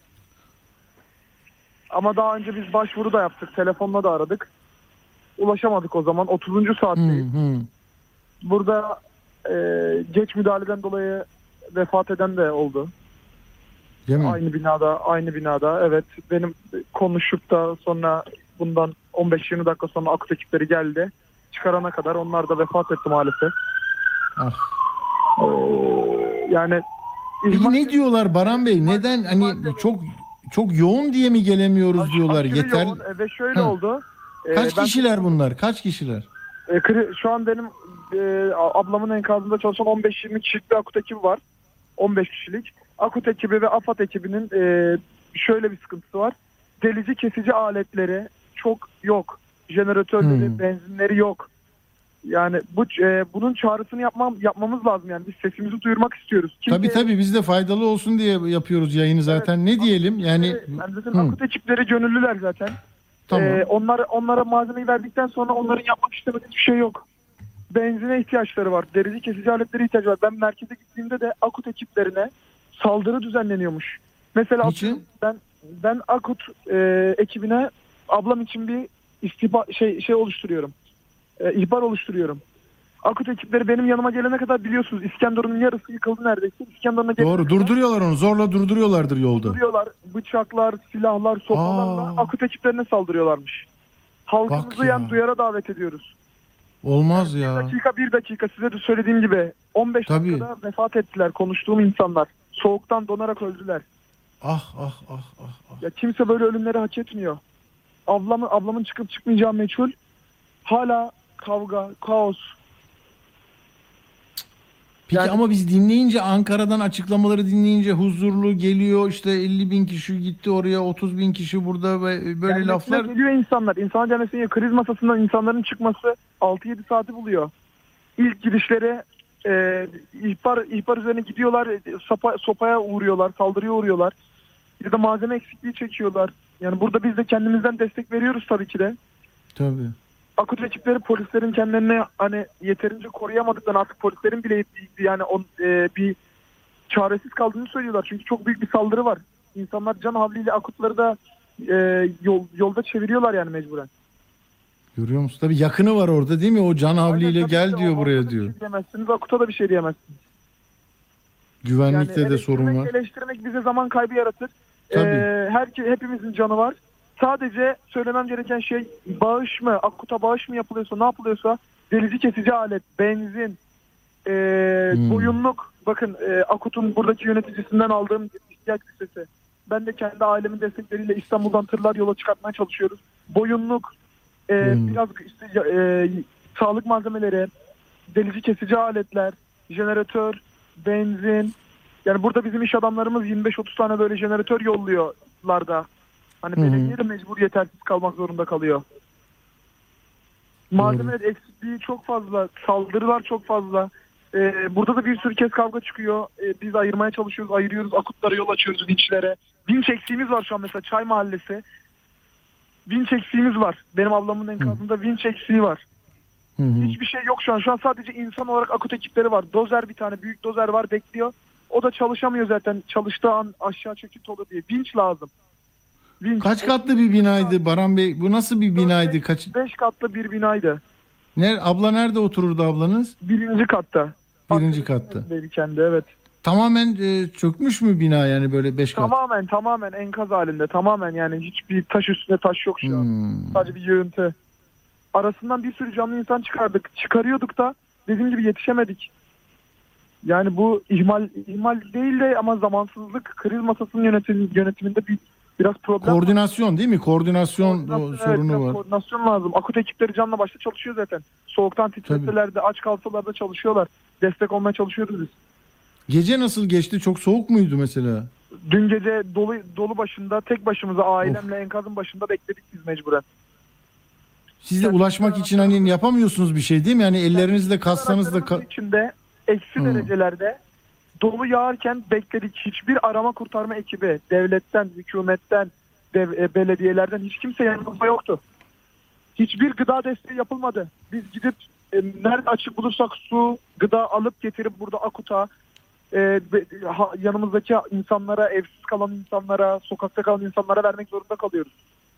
Ama daha önce biz başvuru da yaptık. Telefonla da aradık. Ulaşamadık o zaman. otuzuncu saatteyiz. Hmm, Burada e, geç müdahaleden dolayı vefat eden de oldu. Değil mi? Aynı binada, aynı binada. Evet, benim konuşup da sonra bundan on beş yirmi dakika sonra akut ekipleri geldi. Çıkarana kadar onlar da vefat etti maalesef. Ah. Ee, yani Peki ne diyorlar Baran Bey? Neden hani çok çok yoğun diye mi gelemiyoruz aş, diyorlar? Yeter. Yoğun. Ve şöyle ha. oldu. Kaç ee, ben, kişiler bunlar? Kaç kişiler? E, şu an benim e, ablamın enkazında çalışan on beş yirmi kişilik bir akut ekibi var. on beş kişilik. Akut ekibi ve AFAD ekibinin e, şöyle bir sıkıntısı var. Delici kesici aletleri çok yok. Jeneratörleri, hmm. benzinleri yok. Yani bu e, bunun çağrısını yapmam yapmamız lazım, yani biz sesimizi duyurmak istiyoruz. Kimse... Tabii tabii biz de faydalı olsun diye yapıyoruz yayını zaten. Evet, ne diyelim yani? yani zaten hı. akut ekipleri gönüllüler zaten. Tamam. Ee, onlara onlara malzemeyi verdikten sonra onların yapmak istemediği bir şey yok. Benzine ihtiyaçları var. Derici kesici aletlere ihtiyaçları var. Ben merkeze gittiğimde de akut ekiplerine saldırı düzenleniyormuş. Mesela Niçin? ben ben akut e, ekibine ablam için bir istihbar şey şey oluşturuyorum. E, ihbar oluşturuyorum. Akut ekipleri benim yanıma gelene kadar biliyorsunuz İskenderun'un yarısı yıkıldı neredeyse. İskenderun'a Doğru, kadar, durduruyorlar onu. Zorla durduruyorlardır yolda. Durduruyorlar. Bıçaklar, silahlar, sopalarla Aa. akut ekiplerine saldırıyorlarmış. Halkımızı ya. yani duyara davet ediyoruz. Olmaz yani ya. Bir dakika bir dakika size de söylediğim gibi on beş Tabii. dakikada vefat ettiler konuştuğum insanlar. Soğuktan donarak öldüler. Ah ah ah ah. ah. Ya kimse böyle ölümleri hak etmiyor. Ablamın ablamın çıkıp çıkmayacağı meçhul. Hala kavga, kaos. Peki yani, ama biz dinleyince, Ankara'dan açıklamaları dinleyince huzurlu geliyor, işte elli bin kişi gitti oraya, otuz bin kişi burada ve böyle yani laflar. Geliyor insanlar. İnsan cennetine kriz masasından insanların çıkması altı yedi saati buluyor. İlk girişleri e, ihbar ihbar üzerine gidiyorlar, sopa, sopaya uğruyorlar, saldırıya uğruyorlar. ya da malzeme eksikliği çekiyorlar. Yani burada biz de kendimizden destek veriyoruz tabii ki de. Tabii. Akut ekipleri polislerin kendilerini hani yeterince koruyamadıklarını, artık polislerin bile yani on, e, bir çaresiz kaldığını söylüyorlar. Çünkü çok büyük bir saldırı var. İnsanlar can havliyle akutları da e, yol, yolda çeviriyorlar yani mecburen. Görüyor musun? Tabii yakını var orada değil mi? O can havliyle gel diyor buraya diyor. Bir şey diyemezsiniz, akuta da bir şey diyemezsiniz. Güvenlikte yani de sorun var. Eleştirmek bize zaman kaybı yaratır. Tabii. Ee, her, hepimizin canı var. Sadece söylemem gereken şey bağış mı, akuta bağış mı yapılıyorsa, ne yapılıyorsa delici kesici alet, benzin, e, hmm. boyunluk. Bakın e, Akut'un buradaki yöneticisinden aldığım ihtiyaç listesi. Ben de kendi ailemin destekleriyle İstanbul'dan tırlar yola çıkartmaya çalışıyoruz. Boyunluk, e, hmm. biraz işte, e, sağlık malzemeleri, delici kesici aletler, jeneratör, benzin. Yani burada bizim iş adamlarımız yirmi beş otuz tane böyle jeneratör yolluyorlar da. Hani hmm. belediye de mecbur yetersiz kalmak zorunda kalıyor. Malzeme hmm. eksikliği çok fazla, saldırılar çok fazla. Ee, burada da bir sürü kez kavga çıkıyor. Ee, biz ayırmaya çalışıyoruz, ayırıyoruz, akutlara yol açıyoruz, vinçlere. Vinç eksiğimiz var şu an mesela Çay Mahallesi. Vinç eksiğimiz var. Benim ablamın enkazında hmm. vinç eksiği var. Hmm. Hiçbir şey yok şu an. Şu an sadece insan olarak akut ekipleri var. Dozer bir tane, büyük dozer var, bekliyor. O da çalışamıyor zaten. Çalıştığı an aşağı çöküntü olur diye. Vinç lazım. Vinç. Kaç katlı bir binaydı Baran Bey? Bu nasıl bir binaydı? Kaç? Beş katlı bir binaydı. Ne, abla nerede otururdu ablanız? Birinci katta. Birinci katta. Kendi, evet. Tamamen e, çökmüş mü bina yani böyle beş kat? Tamamen tamamen enkaz halinde. Tamamen yani hiçbir taş üstünde taş yok şu an. Hmm. Sadece bir yığıntı. Arasından bir sürü canlı insan çıkardık. Çıkarıyorduk da dediğim gibi yetişemedik. Yani bu ihmal ihmal değil de ama zamansızlık, kriz masasının yönetim, yönetiminde bir biraz problem. Koordinasyon değil mi? Koordinasyon, Koordinasyon sorunu evet, var. Koordinasyon lazım. Akut ekipleri canla başla çalışıyor zaten. Soğuktan titreseler de, aç kalsalar da çalışıyorlar. Destek olmaya çalışıyoruz biz. Gece nasıl geçti? Çok soğuk muydu mesela? Dün gece dolu dolu başında tek başımıza ailemle of. enkazın başında bekledik biz mecburen. Siz de yani ulaşmak için hani yapamıyorsunuz bir şey değil mi? Yani ellerinizle kassanız da ka- içinde eksi hmm. derecelerde dolu yağarken bekledik. Hiçbir arama kurtarma ekibi, devletten, hükümetten, dev, e, belediyelerden hiç kimse yanımızda yoktu. Hiçbir gıda desteği yapılmadı. Biz gidip e, nerede açık bulursak su, gıda alıp getirip burada akuta, e, ha, yanımızdaki insanlara, evsiz kalan insanlara, sokakta kalan insanlara vermek zorunda kalıyoruz.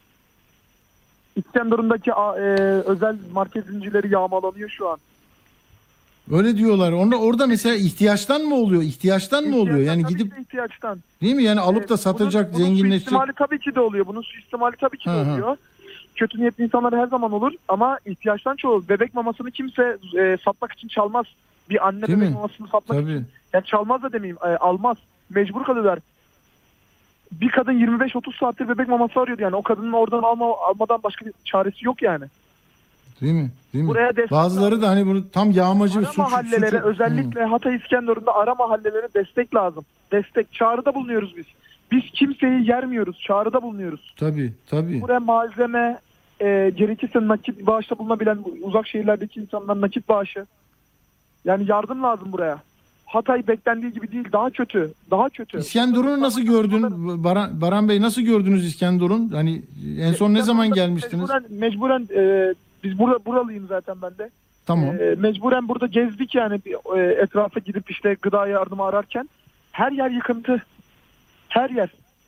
İskenderun'daki e, özel market zincirleri yağmalanıyor şu an. Öyle diyorlar. Orada, orada mesela ihtiyaçtan mı oluyor? İhtiyaçtan mı oluyor? Yani gidip ihtiyaçtan. Değil mi? Yani alıp da satacak, bunun, zenginleşecek. Bunun suistimali tabii ki de oluyor. Bunun suistimali tabii ki de ha, oluyor. Ha. Kötü niyetli insanlar her zaman olur ama ihtiyaçtan çoğu. Bebek mamasını kimse e, satmak için çalmaz. Bir anne Değil bebek mi? mamasını satmak tabii. için. Yani çalmaz da demeyeyim. E, almaz. Mecbur kalıyorlar. Bir kadın yirmi beş otuz saattir bebek maması arıyordu yani. O kadının oradan alma, almadan başka bir çaresi yok yani. Değil mi? Değil mi? Buraya Bazıları da hani bunu tam yağmacı ara suç. mahallelere suç, özellikle hmm. Hatay İskenderun'da ara mahallelere destek lazım. Destek. Çağrıda bulunuyoruz biz. Biz kimseyi yermiyoruz. Çağrıda bulunuyoruz. Tabii tabii. Buraya malzeme e, gerekirse nakit bağışta bulunabilen uzak şehirlerdeki insanlar nakit bağışı. Yani yardım lazım buraya. Hatay beklendiği gibi değil. Daha kötü. Daha kötü. İskenderun'u nasıl gördün? Baran, Baran Bey nasıl gördünüz İskenderun? Hani en son ne zaman gelmiştiniz? Mecburen, mecburen e, biz burada buralıyım zaten ben de. Tamam. E, mecburen burada gezdik yani e, etrafa gidip işte gıda yardımı ararken her yer yıkıntı. Her yer.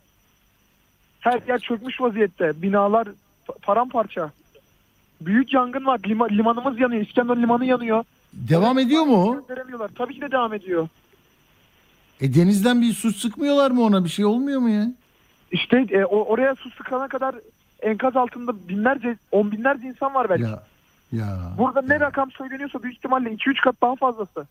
Her yer çökmüş vaziyette. Binalar paramparça. Büyük yangın var. Lima, limanımız yanıyor. İskenderun limanı yanıyor. Devam ediyor mu o? Tabii ki de devam ediyor. E denizden bir su sıkmıyorlar mı ona? Bir şey olmuyor mu ya? İşte e, o, oraya su sıkana kadar enkaz altında binlerce, on binlerce insan var belki. Ya, ya, Burada ya. ne rakam söyleniyorsa büyük ihtimalle iki üç kat daha fazlası.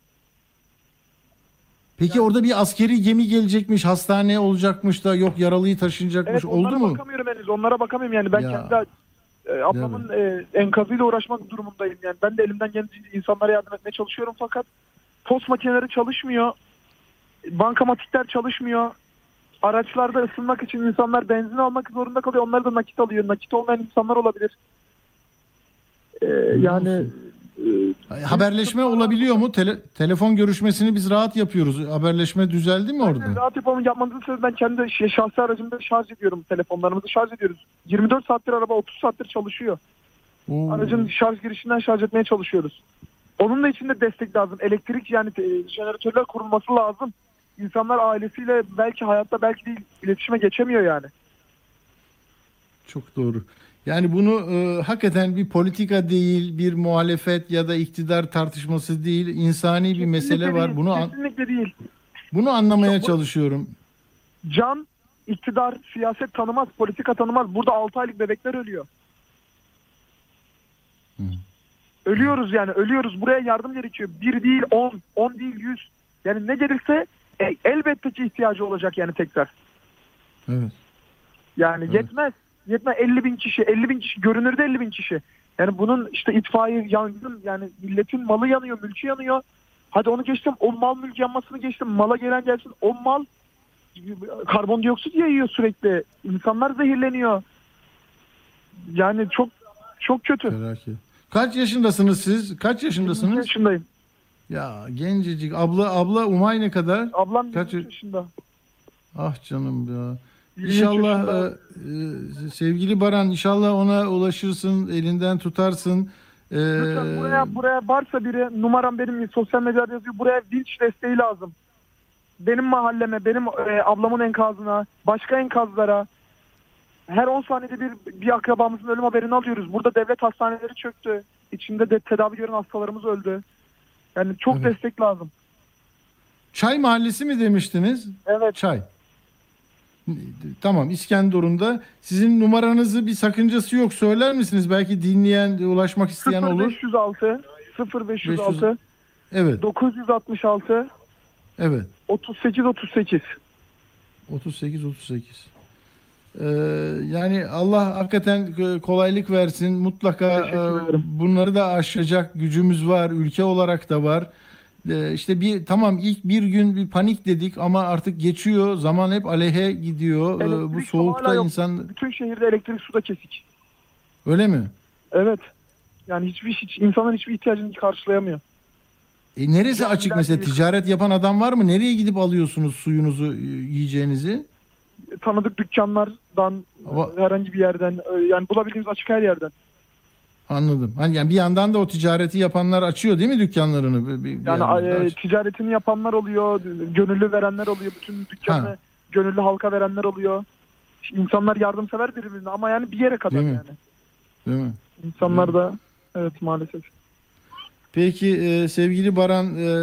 Peki yani, orada bir askeri gemi gelecekmiş, hastane olacakmış da yok yaralıyı taşınacakmış. Evet, oldu mu? Onlara bakamıyorum henüz. Onlara bakamıyorum yani. Ben ya. kendi e, ablamın e, enkazıyla uğraşmak durumundayım. Yani ben de elimden geldiğince insanlara yardım etmeye çalışıyorum fakat post makineleri çalışmıyor. Bankamatikler çalışmıyor. Araçlarda ısınmak için insanlar benzin almak zorunda kalıyor. Onlar da nakit alıyor. Nakit olmayan insanlar olabilir. Ee, yani e, Haberleşme olabiliyor mu? Tele- telefon görüşmesini biz rahat yapıyoruz. Haberleşme düzeldi mi orada? rahat yapalım yapmanızın sebebi ben kendi şey, şahsi aracımda şarj ediyorum. Telefonlarımızı şarj ediyoruz. yirmi dört saattir araba otuz saattir çalışıyor. Oo. Aracın şarj girişinden şarj etmeye çalışıyoruz. Onun da içinde destek lazım. Elektrik yani e, jeneratörler kurulması lazım. İnsanlar ailesiyle belki hayatta belki değil iletişime geçemiyor yani. Çok doğru. Yani bunu e, hakikaten bir politika değil, bir muhalefet ya da iktidar tartışması değil, insani bir mesele Kesinlikle var. değil, Bunu an- kesinlikle değil. bunu anlamaya Çok- çalışıyorum. Can, iktidar, siyaset tanımaz, politika tanımaz. Burada altı aylık bebekler ölüyor. Ölüyoruz yani, ölüyoruz. Buraya yardım gerekiyor. Bir değil on, on değil yüz. Yani ne gelirse e, elbette ki ihtiyacı olacak yani tekrar. Evet. Yani yetmez. Yetmez. elli bin kişi, elli bin kişi, görünürde elli bin kişi. Yani bunun işte itfaiye, yangın, yani milletin malı yanıyor, mülkü yanıyor. Hadi onu geçtim, o mal mülk yanmasını geçtim. Mala gelen gelsin, o mal karbondioksit yayıyor sürekli. İnsanlar zehirleniyor. Yani çok çok kötü. Felaket. Kaç yaşındasınız siz? Kaç yaşındasınız? yirmi yaşındayım. Ya gencecik. Abla abla Umay ne kadar? Ablam Kaç yirmi yaşında. Ah canım ya. yirmi İnşallah yaşında. e, e, sevgili Baran, inşallah ona ulaşırsın, elinden tutarsın. E, Lütfen buraya, buraya varsa biri, numaram benim sosyal medyada yazıyor. Buraya vinç desteği lazım. Benim mahalleme, benim e, ablamın enkazına, başka enkazlara. Her on saniyede bir, bir akrabamızın ölüm haberini alıyoruz. Burada devlet hastaneleri çöktü. İçinde de tedavi gören hastalarımız öldü. Yani çok Evet. destek lazım. Çay Mahallesi mi demiştiniz? Evet. Çay. Tamam, İskenderun'da. Sizin numaranızı, bir sakıncası yok, söyler misiniz? Belki dinleyen, ulaşmak isteyen sıfır olur. beş yüz altı sıfır beş yüz altı Evet. dokuz yüz altmış altı Evet. otuz sekiz otuz sekiz. otuz sekiz otuz sekiz. Ee, yani Allah hakikaten kolaylık versin. Mutlaka e, bunları da aşacak gücümüz var. Ülke olarak da var. Ee, işte bir tamam, ilk bir gün bir panik dedik ama artık geçiyor. Zaman hep aleyhe gidiyor. Ee, bu Elektrik su hala soğukta yok. insan... Bütün şehirde elektrik suda kesik. Öyle mi? Evet. Yani hiçbir hiç, insanların hiçbir ihtiyacını karşılayamıyor. E neresi açık mesela? Ticaret yapan adam var mı? Nereye gidip alıyorsunuz suyunuzu, yiyeceğinizi? Tanıdık dükkanlardan, Ama- herhangi bir yerden, yani bulabildiğimiz açık her yerden. Anladım. Hani yani bir yandan da o ticareti yapanlar açıyor değil mi dükkanlarını? Bir, bir- bir Yani yandan da e, aç- ticaretini yapanlar oluyor, gönüllü verenler oluyor, bütün dükkanı Ha. gönüllü halka verenler oluyor. İnsanlar yardımsever birbirine ama yani bir yere kadar Değil mi? yani. Değil mi? İnsanlar da evet maalesef. Peki e, sevgili Baran, e,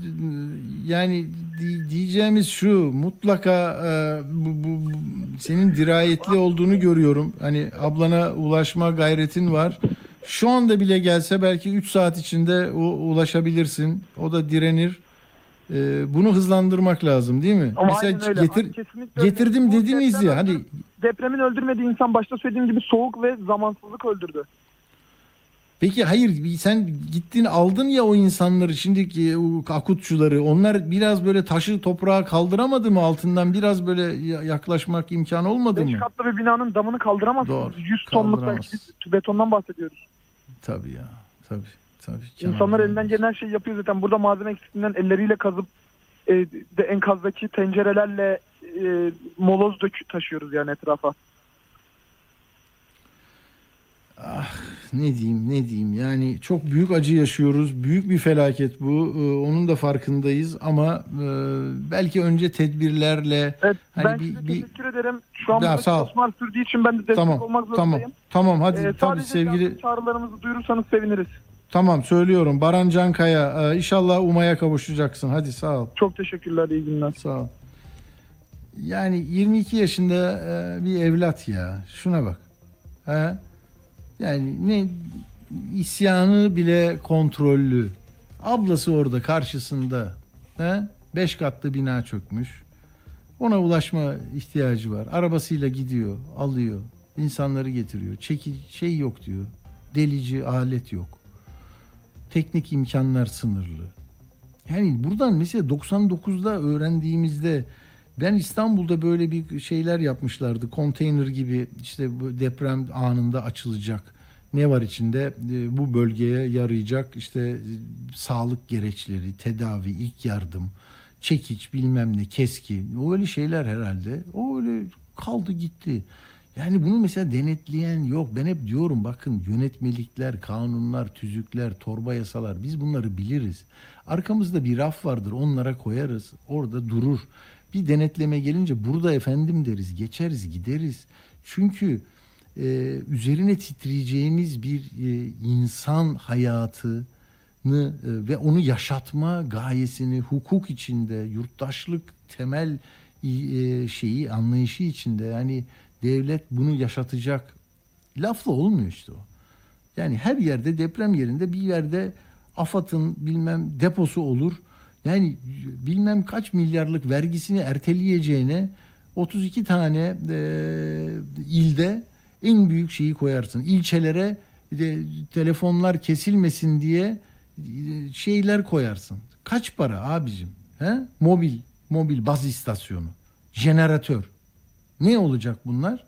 yani di- diyeceğimiz şu, mutlaka e, bu, bu, bu- senin dirayetli olduğunu görüyorum. Hani ablana ulaşma gayretin var. Şu anda bile gelse belki üç saat içinde o, ulaşabilirsin. O da direnir. E, bunu hızlandırmak lazım değil mi? Ama Mesela aynen öyle. getir, Hani kesinlikle öyle. getirdim Bu dediniz deprem ya hani Depremin öldürmediği insan başta söylediğim gibi soğuk ve zamansızlık öldürdü. peki hayır, sen gittin aldın ya o insanları, şimdiki o akutçuları, onlar biraz böyle taşı toprağa kaldıramadı mı, altından biraz böyle ya- yaklaşmak imkanı olmadı Beş mı? katlı bir binanın damını kaldıramazsınız. Doğru. yüz tonluk belki Kaldıramaz. bir betondan bahsediyoruz. Tabii ya, tabii tabii. İnsanlar elinden gelen her şeyi yapıyor zaten. Burada malzeme eksikliğinden elleriyle kazıp e, de enkazdaki tencerelerle e, moloz dök taşıyoruz yani etrafa. Ah, ne diyeyim ne diyeyim, yani çok büyük acı yaşıyoruz, büyük bir felaket bu. Ee, onun da farkındayız ama e, belki önce tedbirlerle Evet, hani ben bir, size bir... teşekkür ederim. Şu an Ya, burada sağ ol. çalışmalar sürdüğü için ben de destek Tamam, olmak tamam, zorundayım. tamam, hadi Ee, tabii sadece sevgili... canlı çağrılarımızı duyurursanız seviniriz. Tamam, söylüyorum. Baran Cankaya. Ee, inşallah Umay'a kavuşacaksın. Hadi sağ ol. Çok teşekkürler, iyi günler. Sağ ol. Yani yirmi iki yaşında e, bir evlat ya. Şuna bak. Ha? Yani ne isyanı bile kontrollü. Ablası orada karşısında. Ha? Beş katlı bina çökmüş. Ona ulaşma ihtiyacı var. Arabasıyla gidiyor, alıyor. İnsanları getiriyor. Çeki şey yok diyor. Delici alet yok. Teknik imkanlar sınırlı. Yani buradan mesela doksan dokuzda öğrendiğimizde, ben İstanbul'da böyle bir şeyler yapmışlardı. Konteyner gibi, işte bu deprem anında açılacak. Ne var içinde? E, bu bölgeye yarayacak işte e, sağlık gereçleri, tedavi, ilk yardım, çekiç, bilmem ne, keski. Öyle şeyler herhalde. O öyle kaldı gitti. Yani bunu mesela denetleyen yok. Ben hep diyorum bakın yönetmelikler, kanunlar, tüzükler, torba yasalar biz bunları biliriz. Arkamızda bir raf vardır onlara koyarız. Orada durur. Bir denetleme gelince burada efendim deriz. Geçeriz gideriz. Çünkü e, üzerine titreyeceğimiz bir e, insan hayatını e, ve onu yaşatma gayesini hukuk içinde, yurttaşlık temel e, şeyi anlayışı içinde yani devlet bunu yaşatacak. Lafla olmuyor işte o. Yani her yerde deprem yerinde bir yerde AFAD'ın bilmem deposu olur. Yani bilmem kaç milyarlık vergisini erteleyeceğine otuz iki tane e, ilde en büyük şeyi koyarsın. İlçelere de, telefonlar kesilmesin diye e, şeyler koyarsın. Kaç para abicim? He? Mobil, mobil baz istasyonu, jeneratör. Ne olacak bunlar?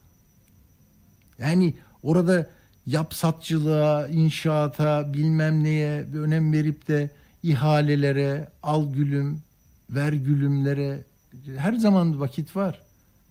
Yani orada yapsatçılığa, inşaata, bilmem neye önem verip de ihalelere, al gülüm, ver gülümlere her zaman vakit var.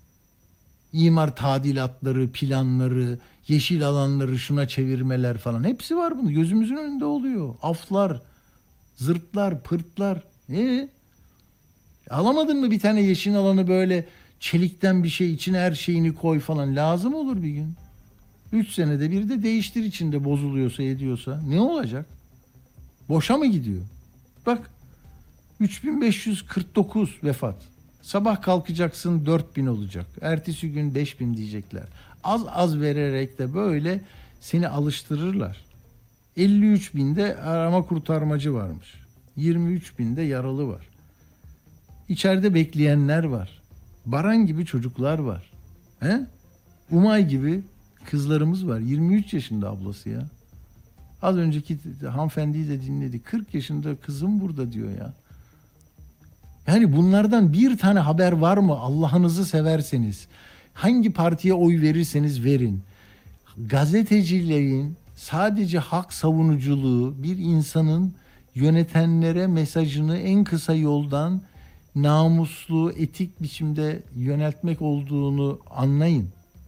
İmar tadilatları, planları, yeşil alanları şuna çevirmeler falan hepsi var bunun. Gözümüzün önünde oluyor. Aflar, zırtlar, pırtlar. E, alamadın mı bir tane yeşil alanı böyle çelikten bir şey içine her şeyini koy falan lazım olur bir gün. Üç senede bir de değiştir içinde bozuluyorsa ediyorsa. Ne olacak? Boşa mı gidiyor? Bak üç bin beş yüz kırk dokuz vefat. Sabah kalkacaksın dört bin olacak. Ertesi gün beş bin diyecekler. Az az vererek de böyle seni alıştırırlar. elli üç binde arama kurtarmacı varmış. yirmi üç binde yaralı var. İçeride bekleyenler var. Baran gibi çocuklar var. He? Umay gibi kızlarımız var. yirmi üç yaşında ablası ya. Az önceki hanımefendiyi de dinledik. kırk yaşında kızım burada diyor ya. Yani bunlardan bir tane haber var mı? Allah'ınızı severseniz. Hangi partiye oy verirseniz verin. Gazetecilerin sadece hak savunuculuğu bir insanın yönetenlere mesajını en kısa yoldan namuslu, etik biçimde yöneltmek olduğunu anlayın.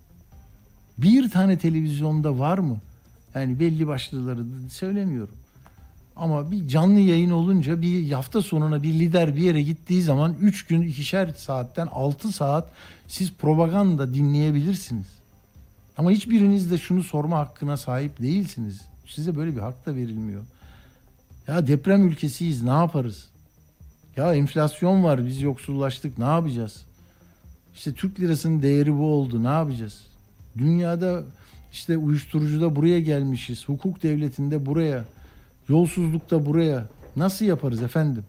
Bir tane televizyonda var mı? Yani belli başlıları söylemiyorum. Ama bir canlı yayın olunca bir hafta sonuna bir lider bir yere gittiği zaman üç gün ikişer saatten altı saat siz propaganda dinleyebilirsiniz. Ama hiçbiriniz de şunu sorma hakkına sahip değilsiniz. Size böyle bir hak da verilmiyor. Ya deprem ülkesiyiz, ne yaparız? Ya enflasyon var, biz yoksullaştık, ne yapacağız? İşte Türk lirasının değeri bu oldu, ne yapacağız? Dünyada işte uyuşturucuda buraya gelmişiz, hukuk devletinde buraya, yolsuzlukta buraya. Nasıl yaparız efendim?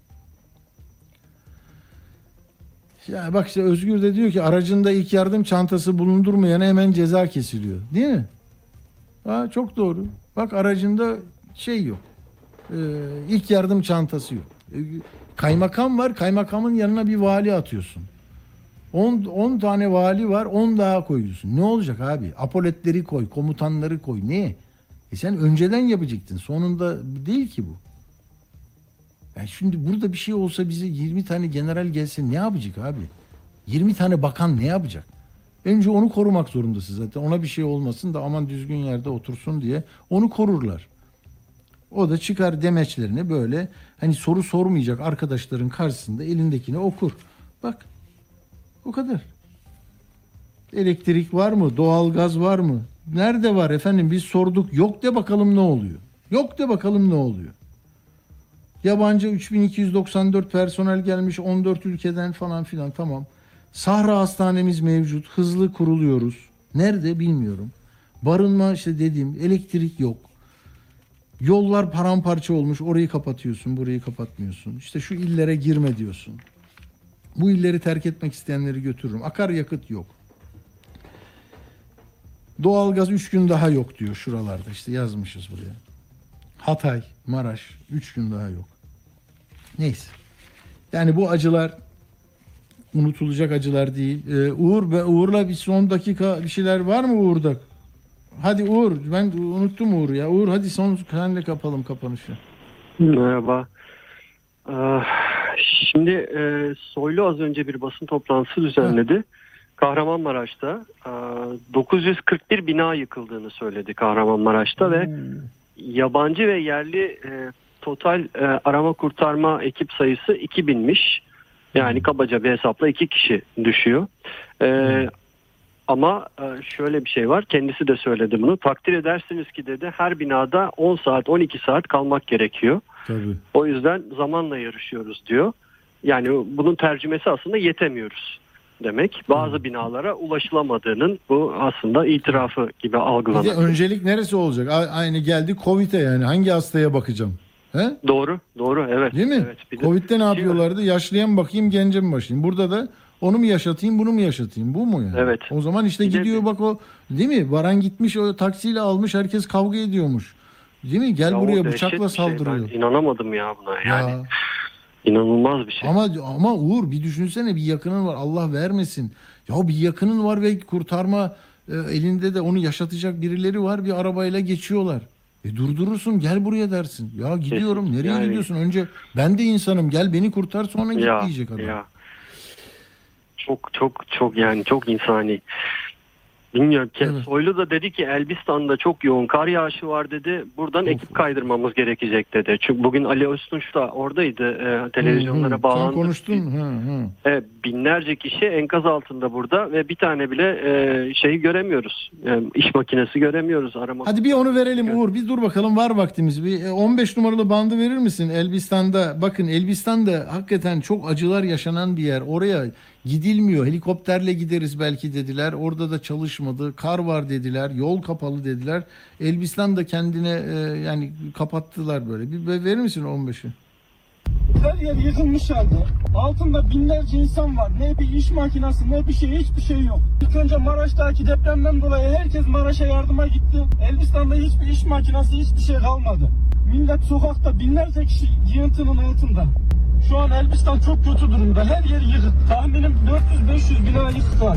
Ya bak işte Özgür de diyor ki aracında ilk yardım çantası bulundurmayana hemen ceza kesiliyor. Değil mi? Ha, çok doğru. Bak aracında şey yok. Ee, ilk yardım çantası yok. Ee, kaymakam var. Kaymakamın yanına bir vali atıyorsun. on tane vali var. on daha koyuyorsun. Ne olacak abi? Apoletleri koy. Komutanları koy. Ne? E sen önceden yapacaktın. Sonunda değil ki bu. Yani şimdi burada bir şey olsa bize yirmi tane general gelse ne yapacak abi? yirmi tane bakan ne yapacak? Önce onu korumak zorundasın zaten. Ona bir şey olmasın da aman düzgün yerde otursun diye onu korurlar. O da çıkar demeçlerini böyle hani soru sormayacak arkadaşların karşısında elindekini okur. Bak o kadar. Elektrik var mı? Doğalgaz var mı? Nerede var efendim? Biz sorduk. Yok de bakalım ne oluyor? Yok de bakalım ne oluyor? Yabancı üç bin iki yüz doksan dört personel gelmiş on dört ülkeden falan filan tamam. Sahra hastanemiz mevcut. Hızlı kuruluyoruz. Nerede bilmiyorum. Barınma işte dediğim elektrik yok. Yollar paramparça olmuş. Orayı kapatıyorsun, burayı kapatmıyorsun. İşte şu illere girme diyorsun. Bu illeri terk etmek isteyenleri götürürüm. Akaryakıt yok. Doğalgaz üç gün daha yok diyor şuralarda. İşte yazmışız buraya. Hatay, Maraş üç gün daha yok. Neyse. Yani bu acılar unutulacak acılar değil. Ee, Uğur ve Uğur'la bir son dakika bir şeyler var mı Uğur'da? Hadi Uğur, ben unuttum Uğur ya. Uğur hadi son senle kapalım kapanışı. Merhaba. Ee, Şimdi e, Soylu az önce bir basın toplantısı düzenledi. Hı. Kahramanmaraş'ta e, dokuz yüz kırk bir bina yıkıldığını söyledi Kahramanmaraş'ta. Hı. Ve yabancı ve yerli e, total e, arama kurtarma ekip sayısı iki binmiş. Yani Hı. kabaca bir hesapla iki kişi düşüyor. E, ama e, şöyle bir şey var. Kendisi de söyledi bunu. Takdir edersiniz ki dedi, her binada on saat on iki saat kalmak gerekiyor. Tabii. O yüzden zamanla yarışıyoruz diyor. Yani bunun tercümesi aslında yetemiyoruz demek. Bazı hmm. binalara ulaşılamadığının bu aslında itirafı gibi algılanıyor. Bir de öncelik neresi olacak? Aynı geldi Covid'e yani. Hangi hastaya bakacağım? He? Doğru, doğru evet. Değil mi? Evet, Covid'de ne yapıyorlardı? Yaşlıya mı bakayım, gence mi başlayayım? Burada da onu mu yaşatayım, bunu mu yaşatayım? Bu mu yani? Evet. O zaman işte bir gidiyor de... bak o, değil mi? Varan gitmiş, o taksiyle almış, herkes kavga ediyormuş. Değil mi? Gel ya buraya bıçakla saldırıyor. Şey. Ben inanamadım ya buna yani. Ya. İnanılmaz bir şey. Ama ama Uğur bir düşünsene, bir yakının var, Allah vermesin. Ya bir yakının var ve kurtarma e, elinde de onu yaşatacak birileri var, bir arabayla geçiyorlar. E durdurursun, gel buraya dersin. Ya gidiyorum. Kesin. Nereye yani... gidiyorsun? Önce ben de insanım, gel beni kurtar, sonra git ya, diyecek adam. Ya. Çok çok çok yani çok insani. Bilmiyorum ki. Evet. Soylu da dedi ki Elbistan'da çok yoğun kar yağışı var dedi. Buradan of, ekip kaydırmamız gerekecek dedi. Çünkü bugün Ali Öztunç da oradaydı. E, televizyonlara hı hı. bağlandı. Sen konuştun. Hı hı. E, binlerce kişi enkaz altında burada ve bir tane bile e, şeyi göremiyoruz. E, iş makinesi göremiyoruz. Arama. Hadi bir onu verelim Uğur. Bir dur bakalım, var vaktimiz. Bir on beş numaralı bandı verir misin? Elbistan'da, bakın Elbistan'da hakikaten çok acılar yaşanan bir yer. Oraya gidilmiyor. Helikopterle gideriz belki dediler. Orada da çalışmadı. Kar var dediler. Yol kapalı dediler. Elbistan da kendine e, yani kapattılar böyle. Bir verir misin on beşi? Her yer yıkılmış halde. Altında binlerce insan var. Ne bir iş makinesi, ne bir şey, hiçbir şey yok. İlk önce Maraş'taki depremden dolayı herkes Maraş'a yardıma gitti. Elbistan'da hiçbir iş makinesi, hiçbir şey kalmadı. Millet sokakta, binlerce kişi yığıntının altında. Şu an Elbistan çok kötü durumda. Her yer yıkık. Tahminim dört yüz beş yüz bina yıkık halde.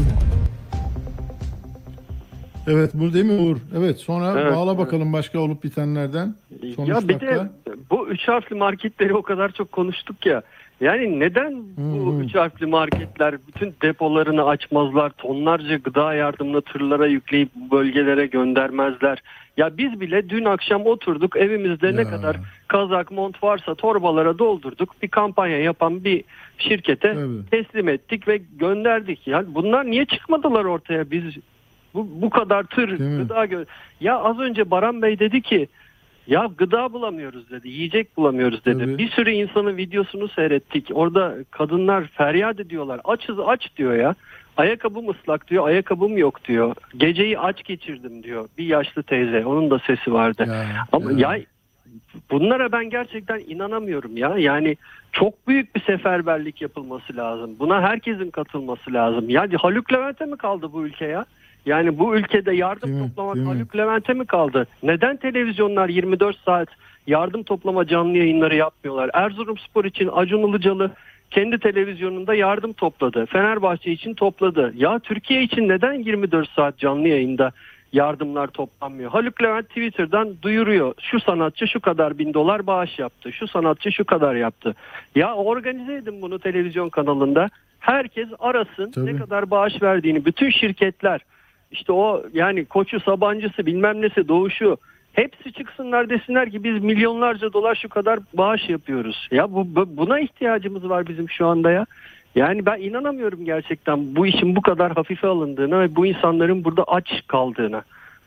Evet, bu değil mi Uğur? Evet, sonra evet, bağla bakalım evet. Başka olup bitenlerden. Son ya bir dakika. De bu üç harfli marketleri o kadar çok konuştuk ya. Yani neden bu hmm. üç harfli marketler bütün depolarını açmazlar, tonlarca gıda yardımını tırlara yükleyip bölgelere göndermezler? Ya biz bile dün akşam oturduk evimizde, ya. Ne kadar kazak, mont varsa torbalara doldurduk. Bir kampanya yapan bir şirkete evet. teslim ettik ve gönderdik. Yani bunlar niye çıkmadılar ortaya? Biz bu, bu kadar tır gıda gö- ya az önce Baran Bey dedi ki ya gıda bulamıyoruz dedi, yiyecek bulamıyoruz dedi. Tabii. Bir sürü insanın videosunu seyrettik. Orada kadınlar feryat ediyorlar. Açız aç diyor ya. Ayakkabım ıslak diyor, ayakkabım yok diyor. Geceyi aç geçirdim diyor. Bir yaşlı teyze, onun da sesi vardı. Ya, Ama ya. ya bunlara ben gerçekten inanamıyorum ya. Yani çok büyük bir seferberlik yapılması lazım. Buna herkesin katılması lazım. Yani Haluk Levent'e mi kaldı bu ülke ya? Yani bu ülkede yardım değil toplamak mi, Haluk Levent'e mi kaldı? Neden televizyonlar yirmi dört saat yardım toplama canlı yayınları yapmıyorlar? Erzurumspor için Acun Ilıcalı kendi televizyonunda yardım topladı. Fenerbahçe için topladı. Ya Türkiye için neden yirmi dört saat canlı yayında yardımlar toplanmıyor? Haluk Levent Twitter'dan duyuruyor. Şu sanatçı şu kadar bin dolar bağış yaptı. Şu sanatçı şu kadar yaptı. Ya organize edin bunu televizyon kanalında. Herkes arasın. Tabii. Ne kadar bağış verdiğini. Bütün şirketler, İşte o yani Koçu, Sabancısı, bilmem nesi, Doğuşu, hepsi çıksınlar desinler ki biz milyonlarca dolar şu kadar bağış yapıyoruz. Ya bu, buna ihtiyacımız var bizim şu anda ya. Yani ben inanamıyorum gerçekten bu işin bu kadar hafife alındığına ve bu insanların burada aç kaldığına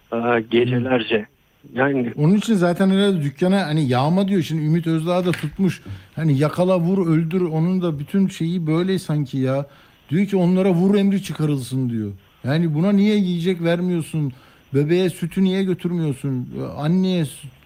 gecelerce. Yani onun için zaten herhalde dükkana hani yağma diyor. Şimdi Ümit Özdağ da tutmuş. Hani yakala, vur, öldür. Onun da bütün şeyi böyle sanki ya. Diyor ki onlara vur emri çıkarılsın diyor. Yani buna niye yiyecek vermiyorsun? Bebeğe sütü niye götürmüyorsun? Anneye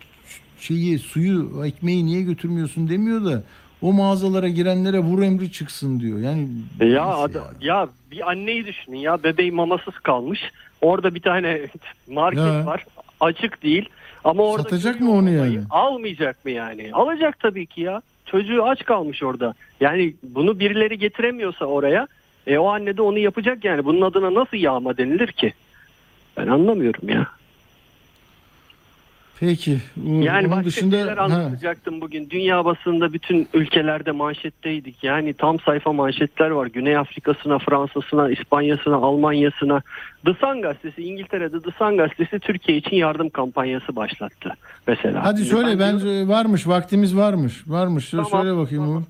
şeyi, suyu, ekmeği niye götürmüyorsun demiyor da o mağazalara girenlere vur emri çıksın diyor. Yani ya ya. ya bir anneyi düşünün ya, bebeğin mamasız kalmış. Orada bir tane market ya. var. Açık değil. Ama orada satacak mı onu yani? Almayacak mı yani? Alacak tabii ki ya. Çocuğu aç kalmış orada. Yani bunu birileri getiremiyorsa oraya, E o anne de onu yapacak yani. Bunun adına nasıl yağma denilir ki? Ben anlamıyorum ya. Peki. Uğur, Yani onun başka dışında şeyler ha, anlatacaktım bugün. Dünya basınında bütün ülkelerde manşetteydik. Yani tam sayfa manşetler var. Güney Afrika'sına, Fransa'sına, İspanya'sına, Almanya'sına. The Sun gazetesi, İngiltere'de The Sun gazetesi Türkiye için yardım kampanyası başlattı. Mesela. hadi Şimdi söyle ben, diyorum- varmış vaktimiz varmış. Varmış. Tamam, Söyle bakayım Uğur.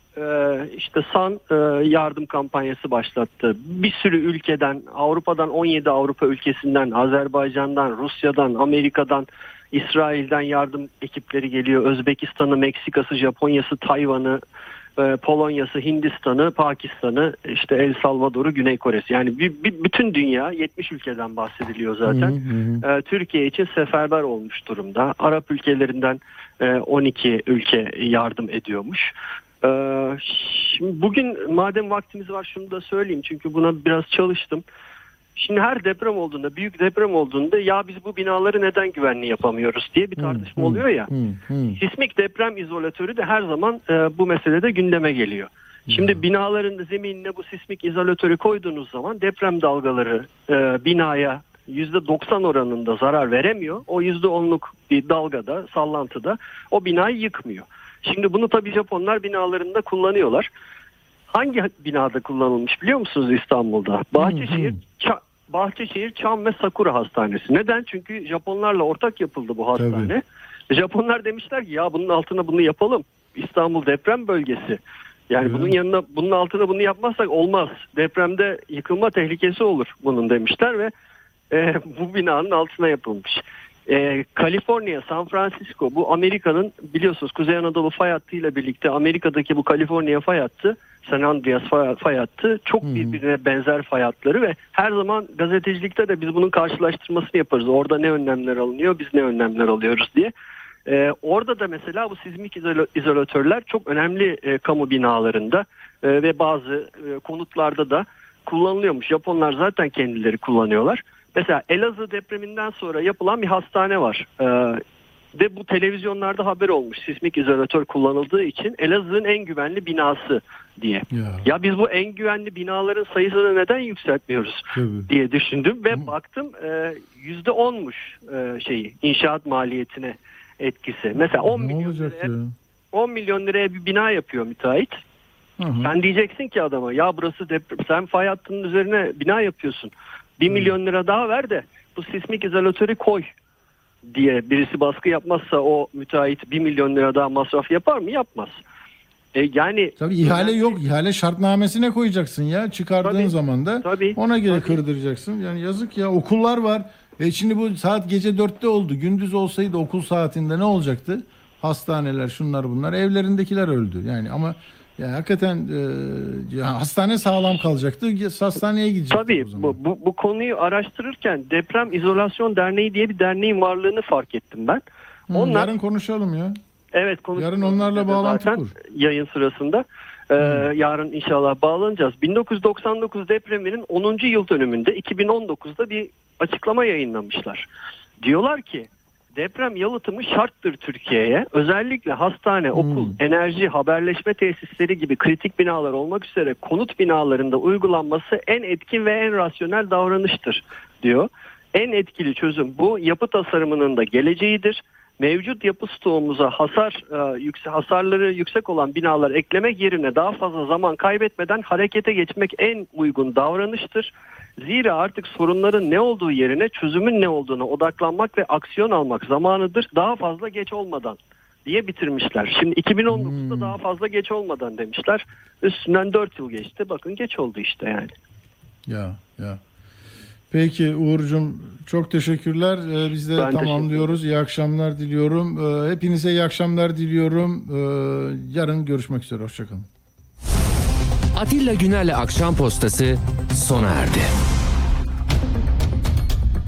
Ee, işte Sun e, yardım kampanyası başlattı. Bir sürü ülkeden, Avrupa'dan on yedi Avrupa ülkesinden, Azerbaycan'dan, Rusya'dan, Amerika'dan, İsrail'den yardım ekipleri geliyor. Özbekistan'ı, Meksika'sı, Japonya'sı, Tayvan'ı, e, Polonya'sı, Hindistan'ı, Pakistan'ı, işte El Salvador'u, Güney Kore'si. Yani bir, bir, bütün dünya yetmiş ülkeden bahsediliyor zaten. Hı hı hı. Ee, Türkiye için seferber olmuş durumda. Arap ülkelerinden e, on iki ülke yardım ediyormuş. Ee, Şimdi bugün madem vaktimiz var şunu da söyleyeyim çünkü buna biraz çalıştım. Şimdi her deprem olduğunda, büyük deprem olduğunda ya biz bu binaları neden güvenli yapamıyoruz diye bir tartışma oluyor ya. Sismik deprem izolatörü de her zaman e, bu meselede gündeme geliyor. Şimdi binaların zeminine bu sismik izolatörü koyduğunuz zaman deprem dalgaları e, binaya yüzde doksan oranında zarar veremiyor. O yüzde onluk bir dalgada, sallantıda o binayı yıkmıyor. Şimdi bunu tabii Japonlar binalarında kullanıyorlar. Hangi binada kullanılmış biliyor musunuz İstanbul'da? Bahçeşehir, Ça- Bahçeşehir Çam ve Sakura Hastanesi. Neden? Çünkü Japonlarla ortak yapıldı bu hastane. Tabii. Japonlar demişler ki ya bunun altına bunu yapalım. İstanbul deprem bölgesi. Yani evet. bunun yanına bunun altına bunu yapmazsak olmaz. Depremde yıkılma tehlikesi olur bunun demişler ve e, bu binanın altına yapılmış. Ee, Kaliforniya, San Francisco bu Amerika'nın biliyorsunuz Kuzey Anadolu fay hattı ile birlikte Amerika'daki bu Kaliforniya fay hattı, San Andreas fay, fay hattı çok birbirine benzer fay hatları ve her zaman gazetecilikte de biz bunun karşılaştırmasını yaparız. Orada ne önlemler alınıyor, biz ne önlemler alıyoruz diye. Ee, orada da mesela bu sismik izolatörler çok önemli e, kamu binalarında e, ve bazı e, konutlarda da kullanılıyormuş. Japonlar zaten kendileri kullanıyorlar. Mesela Elazığ depreminden sonra yapılan bir hastane var. Ee, ve bu televizyonlarda haber olmuş. Sismik izolatör kullanıldığı için Elazığ'ın en güvenli binası diye. Ya, ya biz bu en güvenli binaların sayısını neden yükseltmiyoruz Tabii. diye düşündüm ve Hı. baktım e, yüzde onmuş e, şeyi inşaat maliyetine etkisi. Mesela on milyon liraya, on milyon liraya bir bina yapıyor müteahhit. Hı hı. Sen diyeceksin ki adama ya burası deprem, sen fay hattının üzerine bina yapıyorsun. Bir milyon lira daha ver de bu sismik izolatörü koy diye birisi baskı yapmazsa o müteahhit bir milyon lira daha masraf yapar mı? Yapmaz. E yani tabii ihale yani, yok. İhale şartnamesine koyacaksın ya. Çıkardığın tabii, zaman da tabii, ona göre tabii. kırdıracaksın. Yani yazık ya. Okullar var. E şimdi bu saat gece dörtte oldu. Gündüz olsaydı okul saatinde ne olacaktı? Hastaneler, şunlar bunlar. Evlerindekiler öldü. Yani ama ya hakikaten e, ya hastane sağlam kalacaktı. Hastaneye gidecekti. Tabii bu, bu, bu konuyu araştırırken Deprem İzolasyon Derneği diye bir derneğin varlığını fark ettim ben. Hı, Onlar, yarın konuşalım ya. Evet konuşalım. Yarın onlarla bağlantı kur. Yayın sırasında. Ee, yarın inşallah bağlanacağız. bin dokuz yüz doksan dokuz depreminin onuncu yıl dönümünde iki bin on dokuzda bir açıklama yayınlamışlar. Diyorlar ki deprem yalıtımı şarttır Türkiye'ye. Özellikle hastane, hmm. okul, enerji, haberleşme tesisleri gibi kritik binalar olmak üzere konut binalarında uygulanması en etkin ve en rasyonel davranıştır diyor. En etkili çözüm bu. Yapı tasarımının da geleceğidir. Mevcut yapı stoğumuza hasar e, yüksek, hasarları yüksek olan binalar eklemek yerine daha fazla zaman kaybetmeden harekete geçmek en uygun davranıştır. Zira artık sorunların ne olduğu yerine çözümün ne olduğuna odaklanmak ve aksiyon almak zamanıdır. Daha fazla geç olmadan diye bitirmişler. Şimdi iki bin on dokuzda hmm. daha fazla geç olmadan demişler. Üstünden dört yıl geçti. Bakın geç oldu işte yani. Ya ya. Peki Uğur'cum çok teşekkürler. Ee, biz de ben tamamlıyoruz. İyi akşamlar diliyorum. Ee, hepinize iyi akşamlar diliyorum. Ee, yarın görüşmek üzere. Hoşçakalın. Atilla Güner'le Akşam Postası sona erdi.